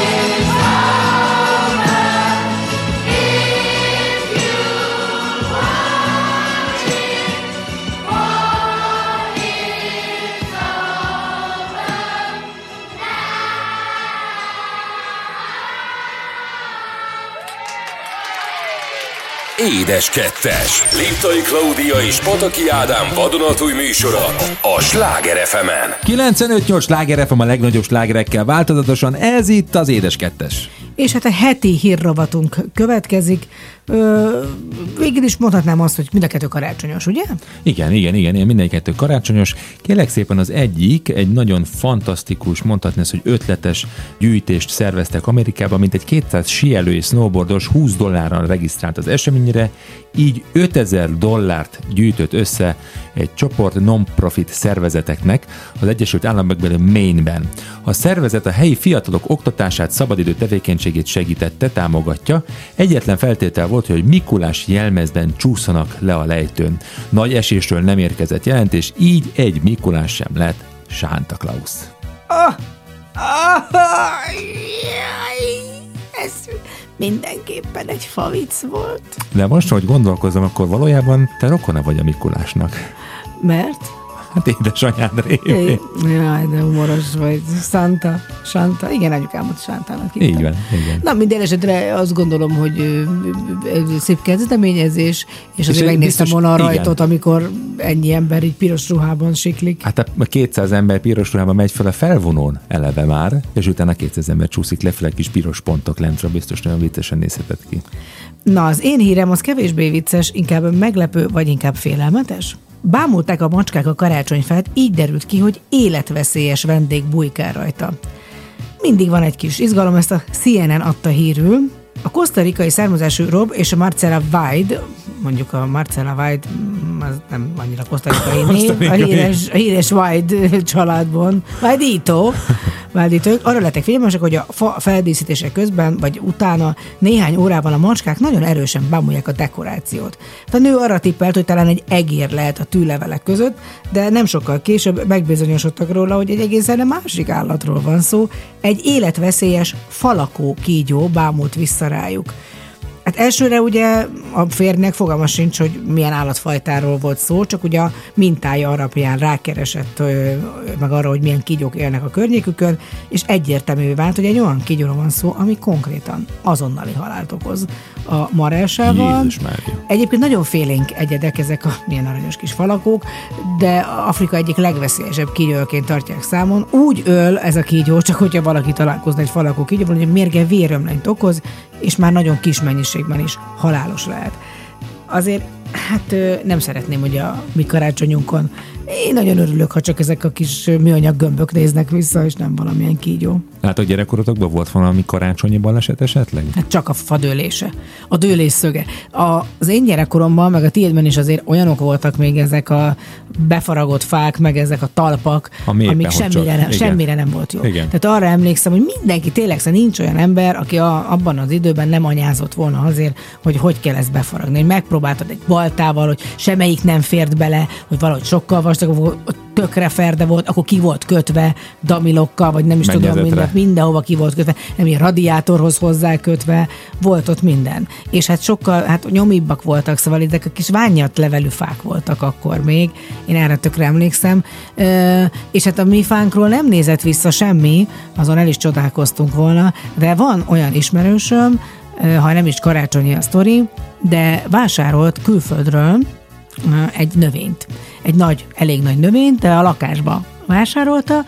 Édes Kettes. Liptai Klaudia és Pataki Ádám vadonatúj műsora a Sláger ef emen. kilencvenöt nyolc Sláger ef em a legnagyobb slágerekkel változatosan, ez itt az Édes Kettes. És hát a heti hírrovatunk következik. Ö, végül is mondhatnám azt, hogy mind a kettő karácsonyos, ugye? Igen, igen, igen, igen, mindenkettő karácsonyos. Kérlek szépen az egyik, egy nagyon fantasztikus, mondhatni ezt, hogy ötletes gyűjtést szerveztek Amerikában, mint egy kétszáz síelő és snowboardos húsz dollárral regisztrált az eseményre, így ötezer dollárt gyűjtött össze egy csoport non-profit szervezeteknek az Egyesült Államokban, Maine-ben. A szervezet a helyi fiatalok oktatását, szabadidő tevékenységét segítette, támogatja. Egyetlen feltétel volt, hogy Mikulás jelmezben csúszanak le a lejtőn. Nagy esésről nem érkezett jelentés, így egy Mikulás sem lett Santa Claus. Ah, ah, jaj, ez mindenképpen egy favic volt. De most, hogy gondolkozom, akkor valójában te rokona vagy a Mikulásnak. Mert? Hát édesanyád révén. Jaj, de humoros vagy. Santa, Santa. Igen, anyukámat Santának hívtam. Így van, igen. Na, minden esetre azt gondolom, hogy ö, ö, ö, szép kezdeményezés, és azért megnéztem biztos- volna a igen. rajtot, amikor ennyi ember így piros ruhában siklik. Hát a kétszáz ember piros ruhában megy fel a felvonón eleve már, és utána kétszáz ember csúszik lefelé kis piros pontok lentre, biztos nagyon viccesen nézhetett ki. Na, az én hírem az kevésbé vicces, inkább meglepő, vagy inkább félelmetes? Bámulták a macskák a karácsonyfát, így derült ki, hogy életveszélyes vendég bujkál rajta. Mindig van egy kis izgalom, ezt a C N N adta hírül. A kosztarikai származású Rob és a Marcella Wade, mondjuk a Marcella Wade, mm, az nem annyira kosztarikai név, a híres, a híres Wade családban, Wade-ító, Wade-ító, arra lettek figyelmesek, hogy a fa feldíszítése közben, vagy utána néhány órában a macskák nagyon erősen bámulják a dekorációt. A nő arra tippelt, hogy talán egy egér lehet a tűlevelek között, de nem sokkal később megbizonyosodtak róla, hogy egy egészen másik állatról van szó, egy életveszélyes falakó kígyó bámult vissza rájuk. Hát elsőre ugye a férjnek fogalma sincs, hogy milyen állatfajtáról volt szó, csak ugye a mintája alapján rákeresett ö, meg arra, hogy milyen kígyók élnek a környékükön, és egyértelművé vált, hogy egy olyan kígyóról van szó, ami konkrétan azonnali halált okoz a marelsával. Jézus Mária. Egyébként nagyon félénk egyedek ezek a milyen aranyos kis falakók, de Afrika egyik legveszélyesebb kígyóként tartják számon. Úgy öl ez a kígyó, csak hogyha valaki találkozna egy falakó kígyóval, hogy a mérge vérömlenyt okoz, és már nagyon kis mennyiségben is halálos lehet. Azért, hát nem szeretném, hogy a mi karácsonyunkon én nagyon örülök, ha csak ezek a kis műanyag gömbök néznek vissza, és nem valamilyen kígyó. Hát a gyerekkorotokban volt valami karácsonyi baleset esetleg? Hát csak a fadőlése, a dőlés szöge. A, az én gyerekkoromban, meg a tiédben is azért olyanok voltak még ezek a befaragott fák, meg ezek a talpak, Ami amik éppen, hogy semmire, csak. nem, Igen. semmire nem volt jó. Igen. Tehát arra emlékszem, hogy mindenki tényleg, szóval nincs olyan ember, aki a, abban az időben nem anyázott volna azért, hogy hogy kell ezt befaragni. Hogy megpróbáltad egy baltával, hogy semmelyik nem fért bele, hogy valahogy sokkal vastagabb volt, tökre ferde volt, akkor ki volt kötve damilokkal, vagy nem is tudom, Mennyezetre. minden, mindenhova ki volt kötve, nem ilyen radiátorhoz hozzá kötve, volt ott minden. És hát sokkal, hát nyomibbak voltak, szóval ezek a kis ványat levelű fák voltak akkor még, én erre tökre emlékszem, Ö, és hát a mi fánkról nem nézett vissza semmi, azon el is csodálkoztunk volna, de van olyan ismerősöm, ö, ha nem is karácsonyi a sztori, de vásárolt külföldről ö, egy növényt. Egy nagy, elég nagy növényt, de a lakásba vásárolta,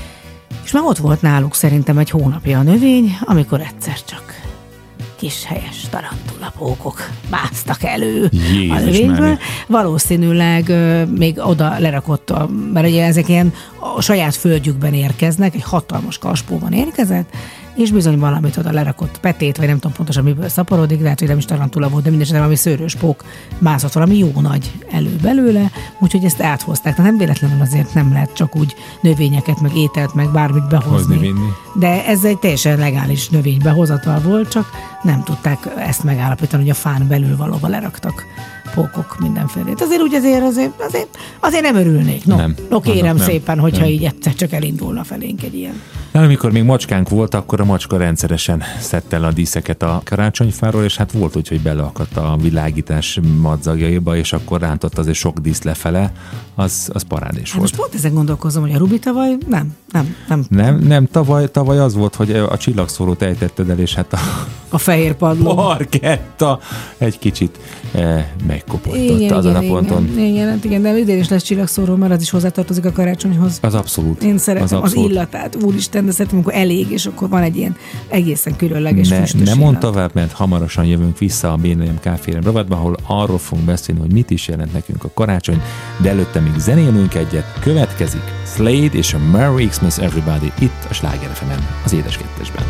és már ott volt náluk szerintem egy hónapja a növény, amikor egyszer csak kis helyes tarantulapókok másztak elő Jézus a növényből. Mária. Valószínűleg ö, még oda lerakott, a, mert ugye ezek ilyen a saját földjükben érkeznek, egy hatalmas kaspóban érkezett, és bizony valamit oda lerakott petét, vagy nem tudom pontosan miből szaporodik, de hát, hogy nem is tarantula volt, de mindesetre valami szőrös pók mászott valami jó nagy elő belőle, úgyhogy ezt áthozták. Tehát nem véletlenül azért nem lehet csak úgy növényeket, meg ételt, meg bármit behozni. Hozni, vinni. De ez egy teljesen legális növénybehozatal volt, csak nem tudták ezt megállapítani, hogy a fán belül valóban leraktak pókok mindenfélét. Azért úgy azért, azért, azért, azért nem örülnék. No, Nem. no kérem Annak nem. szépen, hogyha Nem. így egyszer csak elindulna felénk egy ilyen. Hát, amikor még macskánk volt, akkor a macska rendszeresen szedte le a díszeket a karácsonyfáról, és hát volt úgy, hogy beleakadt a világítás madzagjaiba, és akkor rántott azért sok dísz lefele, az, az parádés Hát volt. most pont ezen gondolkozom, hogy a Rubi tavaly nem, nem, nem. Nem, nem, tavaly, tavaly az volt, hogy a csillagszórót ejtetted el, és hát a A fehér padló. parketta egy kicsit eh, megkopott azon a ponton. Igen, igen, hát igen, de idén is lesz csillagszóró, mert az is hozzátartozik a karácsonyhoz. Az abszolút. Én szeretem az, az, abszolút. illatát, úristen, de szeretem, amikor elég, és akkor van egy ilyen egészen különleges Ne, füstös ne illat. mondd tovább, mert hamarosan jövünk vissza a bé en em Káférem rovatban, ahol arról fogunk beszélni, hogy mit is jelent nekünk a karácsony, de előtte még zenélünk egyet. Következik Slade és a Merry Xmas Everybody itt a Sláger ef emen, az Édes Kettesben.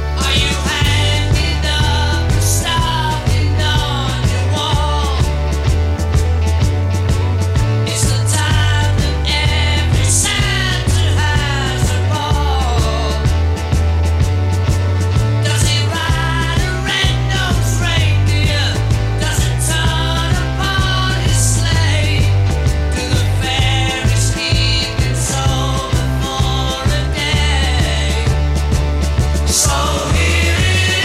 So here it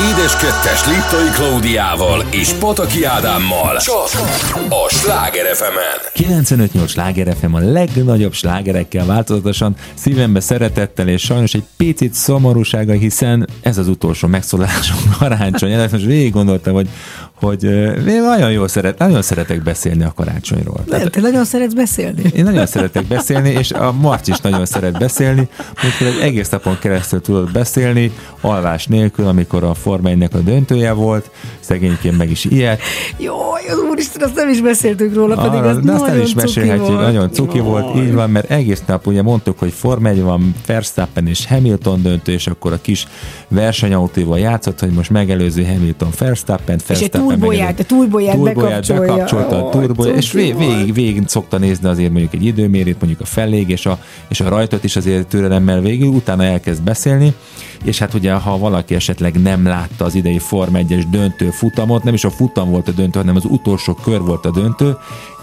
Édes Kettes Liptai Klaudiával és Pataki Ádámmal csak a Sláger ef emen. kilencvenöt nyolc Sláger ef em a legnagyobb slágerekkel változatosan, szívembe szeretettel és sajnos egy picit szomorúsága, hiszen ez az utolsó megszólalásunk karácsony. Ezt most végig gondoltam, hogy hogy én nagyon jól szeret, nagyon szeretek beszélni a karácsonyról. Nem, te nagyon szeretsz beszélni? Én nagyon szeretek beszélni, és a Marci is nagyon szeret beszélni, amikor egy egész napon keresztül tudott beszélni, alvás nélkül, amikor a Forma egynek a döntője volt, szegényként meg is ilyet. Jó, az úristen, azt nem is beszéltünk róla, pedig Arra, az de nagyon is mesélhetjük, volt. nagyon cuki Jaj. volt, így van, mert egész nap ugye mondtuk, hogy Forma egy van, Verstappen és Hamilton döntő, és akkor a kis versenyautóval játszott, hogy most megelőző Hamilton Verstappen, Verstappen Turbóját, a turbóját bekapcsolja. bekapcsolta a turbóját, és végig, végig, végig szokta nézni azért mondjuk egy időmérét, mondjuk a felég, és a, és a rajtot is azért türelemmel végül, utána elkezd beszélni, és hát ugye, ha valaki esetleg nem látta az idei Forma egyes döntő futamot, nem is a futam volt a döntő, hanem az utolsó kör volt a döntő,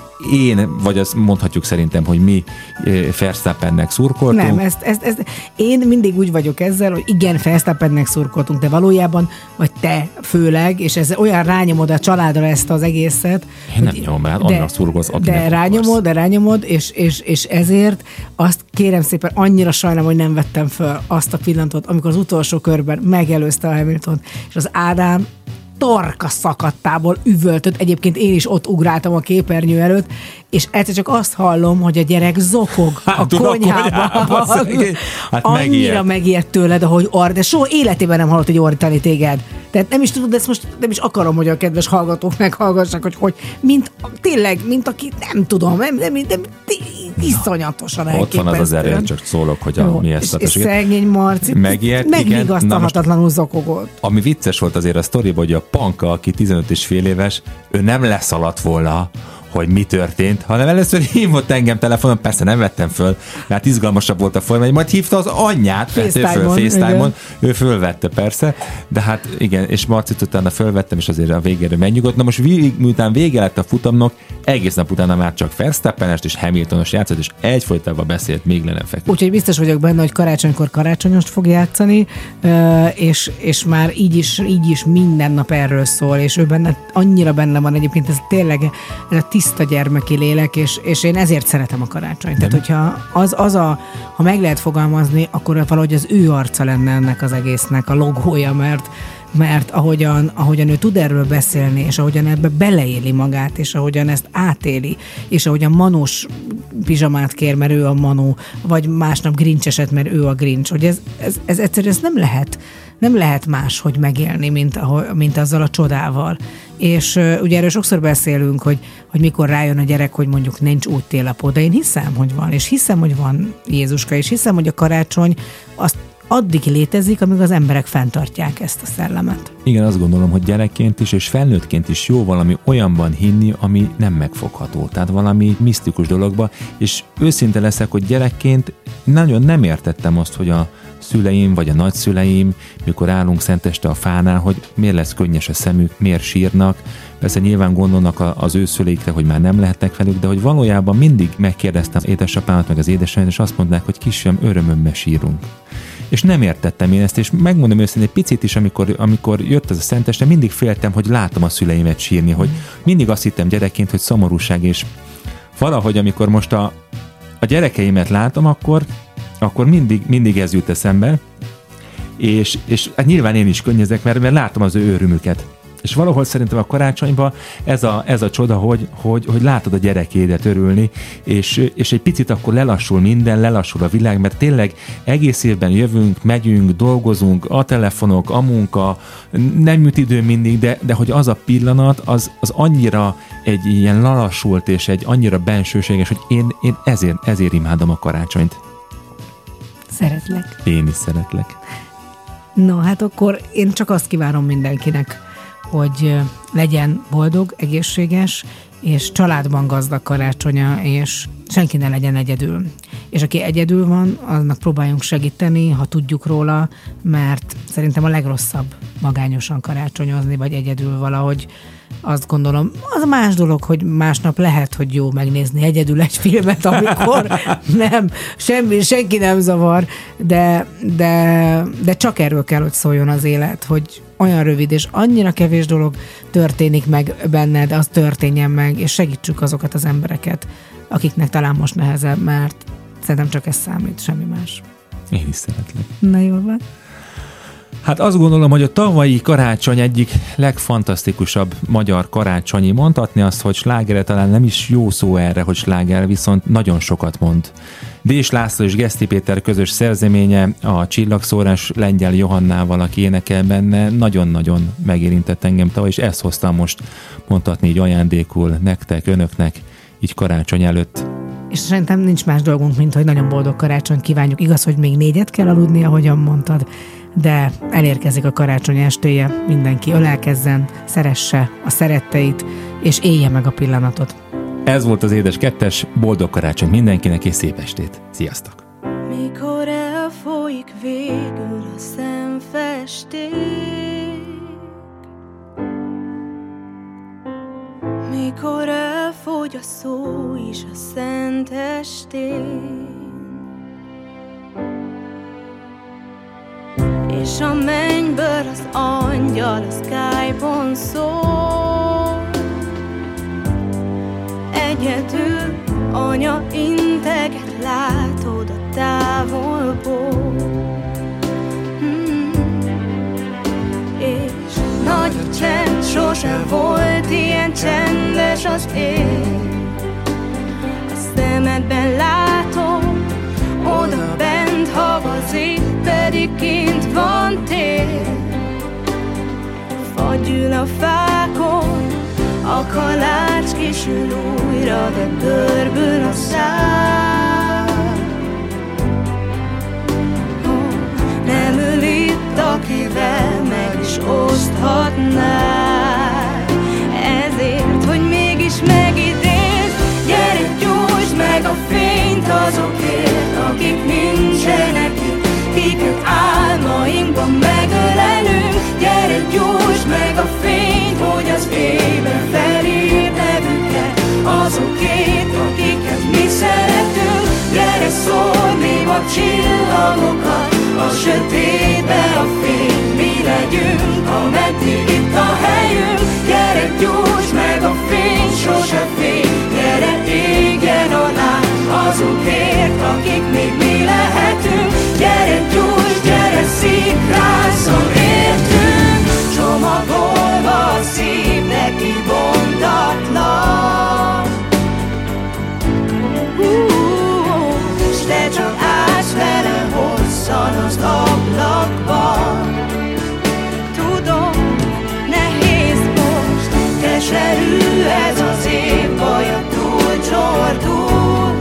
én, vagy azt mondhatjuk szerintem, hogy mi Verstappennek szurkoltunk. Nem, ezt, ezt, ezt, én mindig úgy vagyok ezzel, hogy igen, Verstappennek szurkoltunk, de valójában, vagy te főleg, és ez olyan rányomod a családra ezt az egészet. Én nem nyomom rá, annak szurkolsz, De rányomod, de rányomod, és, és, és ezért azt kérem szépen, annyira sajnálom, hogy nem vettem föl azt a pillanatot, amikor az utolsó körben megelőzte a Hamilton, és az Ádám torka szakadtából üvöltött. Egyébként én is ott ugráltam a képernyő előtt, és egyszer csak azt hallom, hogy a gyerek zokog a konyhában. Hát annyira megijedt. megijedt tőled, ahogy or, de soha életében nem hallott, hogy ordítani téged. Tehát nem is tudod, ezt most nem is akarom, hogy a kedves hallgatók meghallgassák, hogy hogy, mint tényleg, mint aki nem tudom, nem, nem, nem, nem iszonyatosan elképesztően. Ott van az az erő, csak szólok, hogy a Jó, mi ezt. És, és szegény Marci megvigasztalhatatlanul zokogott. Ami vicces volt azért a sztoriban, hogy a Panka, aki tizenöt és fél éves, ő nem leszaladt volna, hogy mi történt, hanem először hívott engem telefonon, persze nem vettem föl, mert izgalmasabb volt a Forma egy, majd hívta az anyját, FaceTime-on, ő, FaceTime-on, ő fölvette persze, de hát igen, és Marcit utána fölvettem, és azért a végére megnyugodt. Na most vég, miután vége lett a futamnak, egész nap utána már csak Verstappenest és Hamiltonos játszott, és egyfolytában beszélt, még le nem feküdt. Úgyhogy biztos vagyok benne, hogy karácsonykor karácsonyost fog játszani, és, és már így is, így is minden nap erről szól, és ő benne, annyira benne van egyébként, ez tényleg ez a tiszta gyermeki lélek, és, és én ezért szeretem a karácsonyt. Tehát, hogyha az, az a, ha meg lehet fogalmazni, akkor valahogy az ő arca lenne ennek az egésznek, a logója, mert mert ahogyan, ahogyan ő tud erről beszélni, és ahogyan ebbe beleéli magát, és ahogyan ezt átéli, és ahogyan manós pizsamát kér, mert ő a manó, vagy másnap grincseset, mert ő a grincs, hogy ez, ez, ez egyszerűen ez nem lehet, nem lehet más, hogy megélni, mint, ahogy, mint azzal a csodával. És uh, ugye erről sokszor beszélünk, hogy, hogy mikor rájön a gyerek, hogy mondjuk nincs úttélapó, de én hiszem, hogy van, és hiszem, hogy van Jézuska, és hiszem, hogy a karácsony azt addig létezik, amíg az emberek fenntartják ezt a szellemet. Igen, azt gondolom, hogy gyerekként is és felnőttként is jó valami olyanban hinni, ami nem megfogható. Tehát valami misztikus dologba, és őszinte leszek, hogy gyerekként nagyon nem értettem azt, hogy a szüleim vagy a nagyszüleim, mikor állunk szenteste a fánál, hogy miért lesz könnyes a szemük, miért sírnak. Persze nyilván gondolnak az ő szüleikre, hogy már nem lehetnek velük, de hogy valójában mindig megkérdeztem édesapámat meg az édesanyámat, és azt mondták, hogy kisfiam, örömömmel sírunk. És nem értettem én ezt, és megmondom őszintén, egy picit is, amikor, amikor jött ez a szenteste, mindig féltem, hogy látom a szüleimet sírni, hogy mindig azt hittem gyerekként, hogy szomorúság, és valahogy, amikor most a, a gyerekeimet látom, akkor, akkor mindig, mindig ez jut eszembe, és, és hát nyilván én is könnyezek, mert, mert látom az ő örömüket. És valahol szerintem a karácsonyban ez a, ez a csoda, hogy, hogy, hogy látod a gyerekédet örülni, és, és egy picit akkor lelassul minden, lelassul a világ, mert tényleg egész évben jövünk, megyünk, dolgozunk, a telefonok, a munka, nem jut idő mindig, de, de hogy az a pillanat, az, az annyira egy ilyen lelassult, és egy annyira bensőséges, hogy én, én ezért, ezért imádom a karácsonyt. Szeretlek. Én is szeretlek. No, hát akkor én csak azt kívánom mindenkinek, hogy legyen boldog, egészséges, és családban gazdag karácsonya, és senki ne legyen egyedül. És aki egyedül van, annak próbáljunk segíteni, ha tudjuk róla, mert szerintem a legrosszabb magányosan karácsonyozni, vagy egyedül valahogy. Azt gondolom, az más dolog, hogy másnap lehet, hogy jó megnézni egyedül egy filmet, amikor nem, semmi, senki nem zavar, de, de, de csak erről kell, hogy szóljon az élet, hogy olyan rövid, és annyira kevés dolog történik meg benned, az történjen meg, és segítsük azokat az embereket, akiknek talán most nehezebb, mert szerintem csak ez számít, semmi más. Én is szeretlek. Na jól van. Hát azt gondolom, hogy a tavalyi karácsony egyik legfantasztikusabb magyar karácsonyi, mondhatni azt, hogy slágere talán nem is jó szó erre, hogy sláger, viszont nagyon sokat mond. Dés László és Geszti Péter közös szerzeménye, a Csillagszórás Lengyel Johannával, aki énekel benne, nagyon-nagyon megérintett engem tavaly, és ezt hoztam most mondhatni így ajándékul nektek, önöknek, így karácsony előtt. És szerintem nincs más dolgunk, mint hogy nagyon boldog karácsonyt kívánjuk. Igaz, hogy még négyet kell aludni, ahogyan mondtad, de elérkezik a karácsony estéje, mindenki ölelkezzen, szeresse a szeretteit, és élje meg a pillanatot. Ez volt az Édes Kettes, boldog karácsony mindenkinek, és szép estét. Sziasztok! Mikor elfolyik végül a szemfesték, mikor elfogy a szó is a szent estén, és a mennyből az angyal a Skype-on szól, egyedül anya integet látod a távolból. hmm. És nagy a csend, sose volt ilyen csendes az ég. A szemedben látom, oda bent havazik, pedig kint van tél. Fagyül a fákon, a kalács kisül újra, de görbül a szár. Oh, nem ül itt, akivel meg is oszthatnál. Ezért, hogy mégis megidézd, gyere gyújtsd meg a fényt azokért, akik nincsenek itt, kiket álmainkban megölelünk. Gyere gyújtsd meg a fényt, hogy az éjbe felírt nevüket, azokét, akiket mi szeretünk. Gyere szórni a csillagokat, a sötétbe a fény, mi legyünk, ameddig itt a helyünk. Gyere gyújtsd meg a fény, sose fény, gyere égjen alá azokért, akik még mi lehetünk. Gyere gyújtsd, gyere szikrázzon értünk, csomagolva a szív neki bontatlan. Uh, s te csak állsz vele hosszan az ablakban. Tudom, nehéz most, keserű ez az év, baja túl csordul.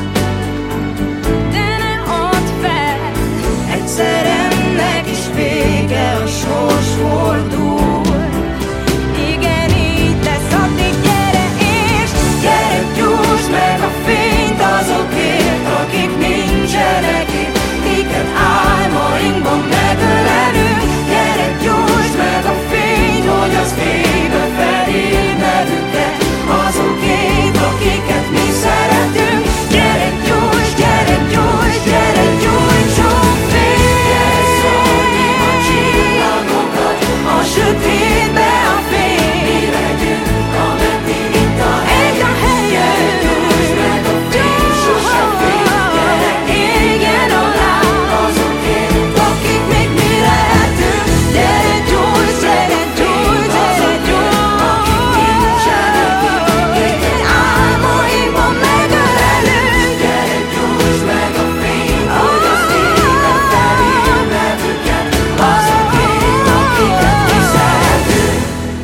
De ne add fel, egyszer ennek is vége, a sors fordul. Igen, így lesz, addig gyere és gyere gyújtsd meg a fényt azokért, akik nincsenek itt, kiket álmainkban megölelünk. Gyere gyújtsd meg a fényt, hogy az éjbe felír nevüket, azokét, akiket mi szeretünk. Gyere gyújtsd, gyere gyújtsd, gyere gyújtsunk fény. Gyere szórni a csillagokat, a sötétbe a fény, mi legyünk, ameddig itt a helyünk. Gyere gyújtsd meg a fény, sose fény, gyere égjen alá azokért, akik még mi lehetünk. Gyere gyújtsd, gyere gyújtsd, gyere gyújtsd, akik nincsenek itt, kiket álmainkban megölelünk. Gyere gyújtsd meg a fény, hogy az éjbe felír nevüket, azokért, akiket mi szeretünk.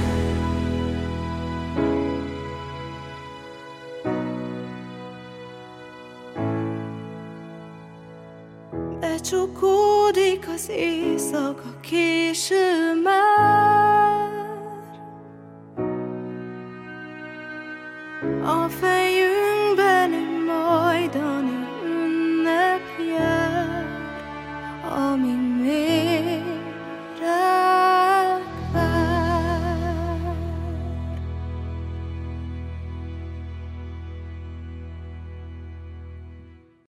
Becsukódik az éjszaka késő már, a fejem.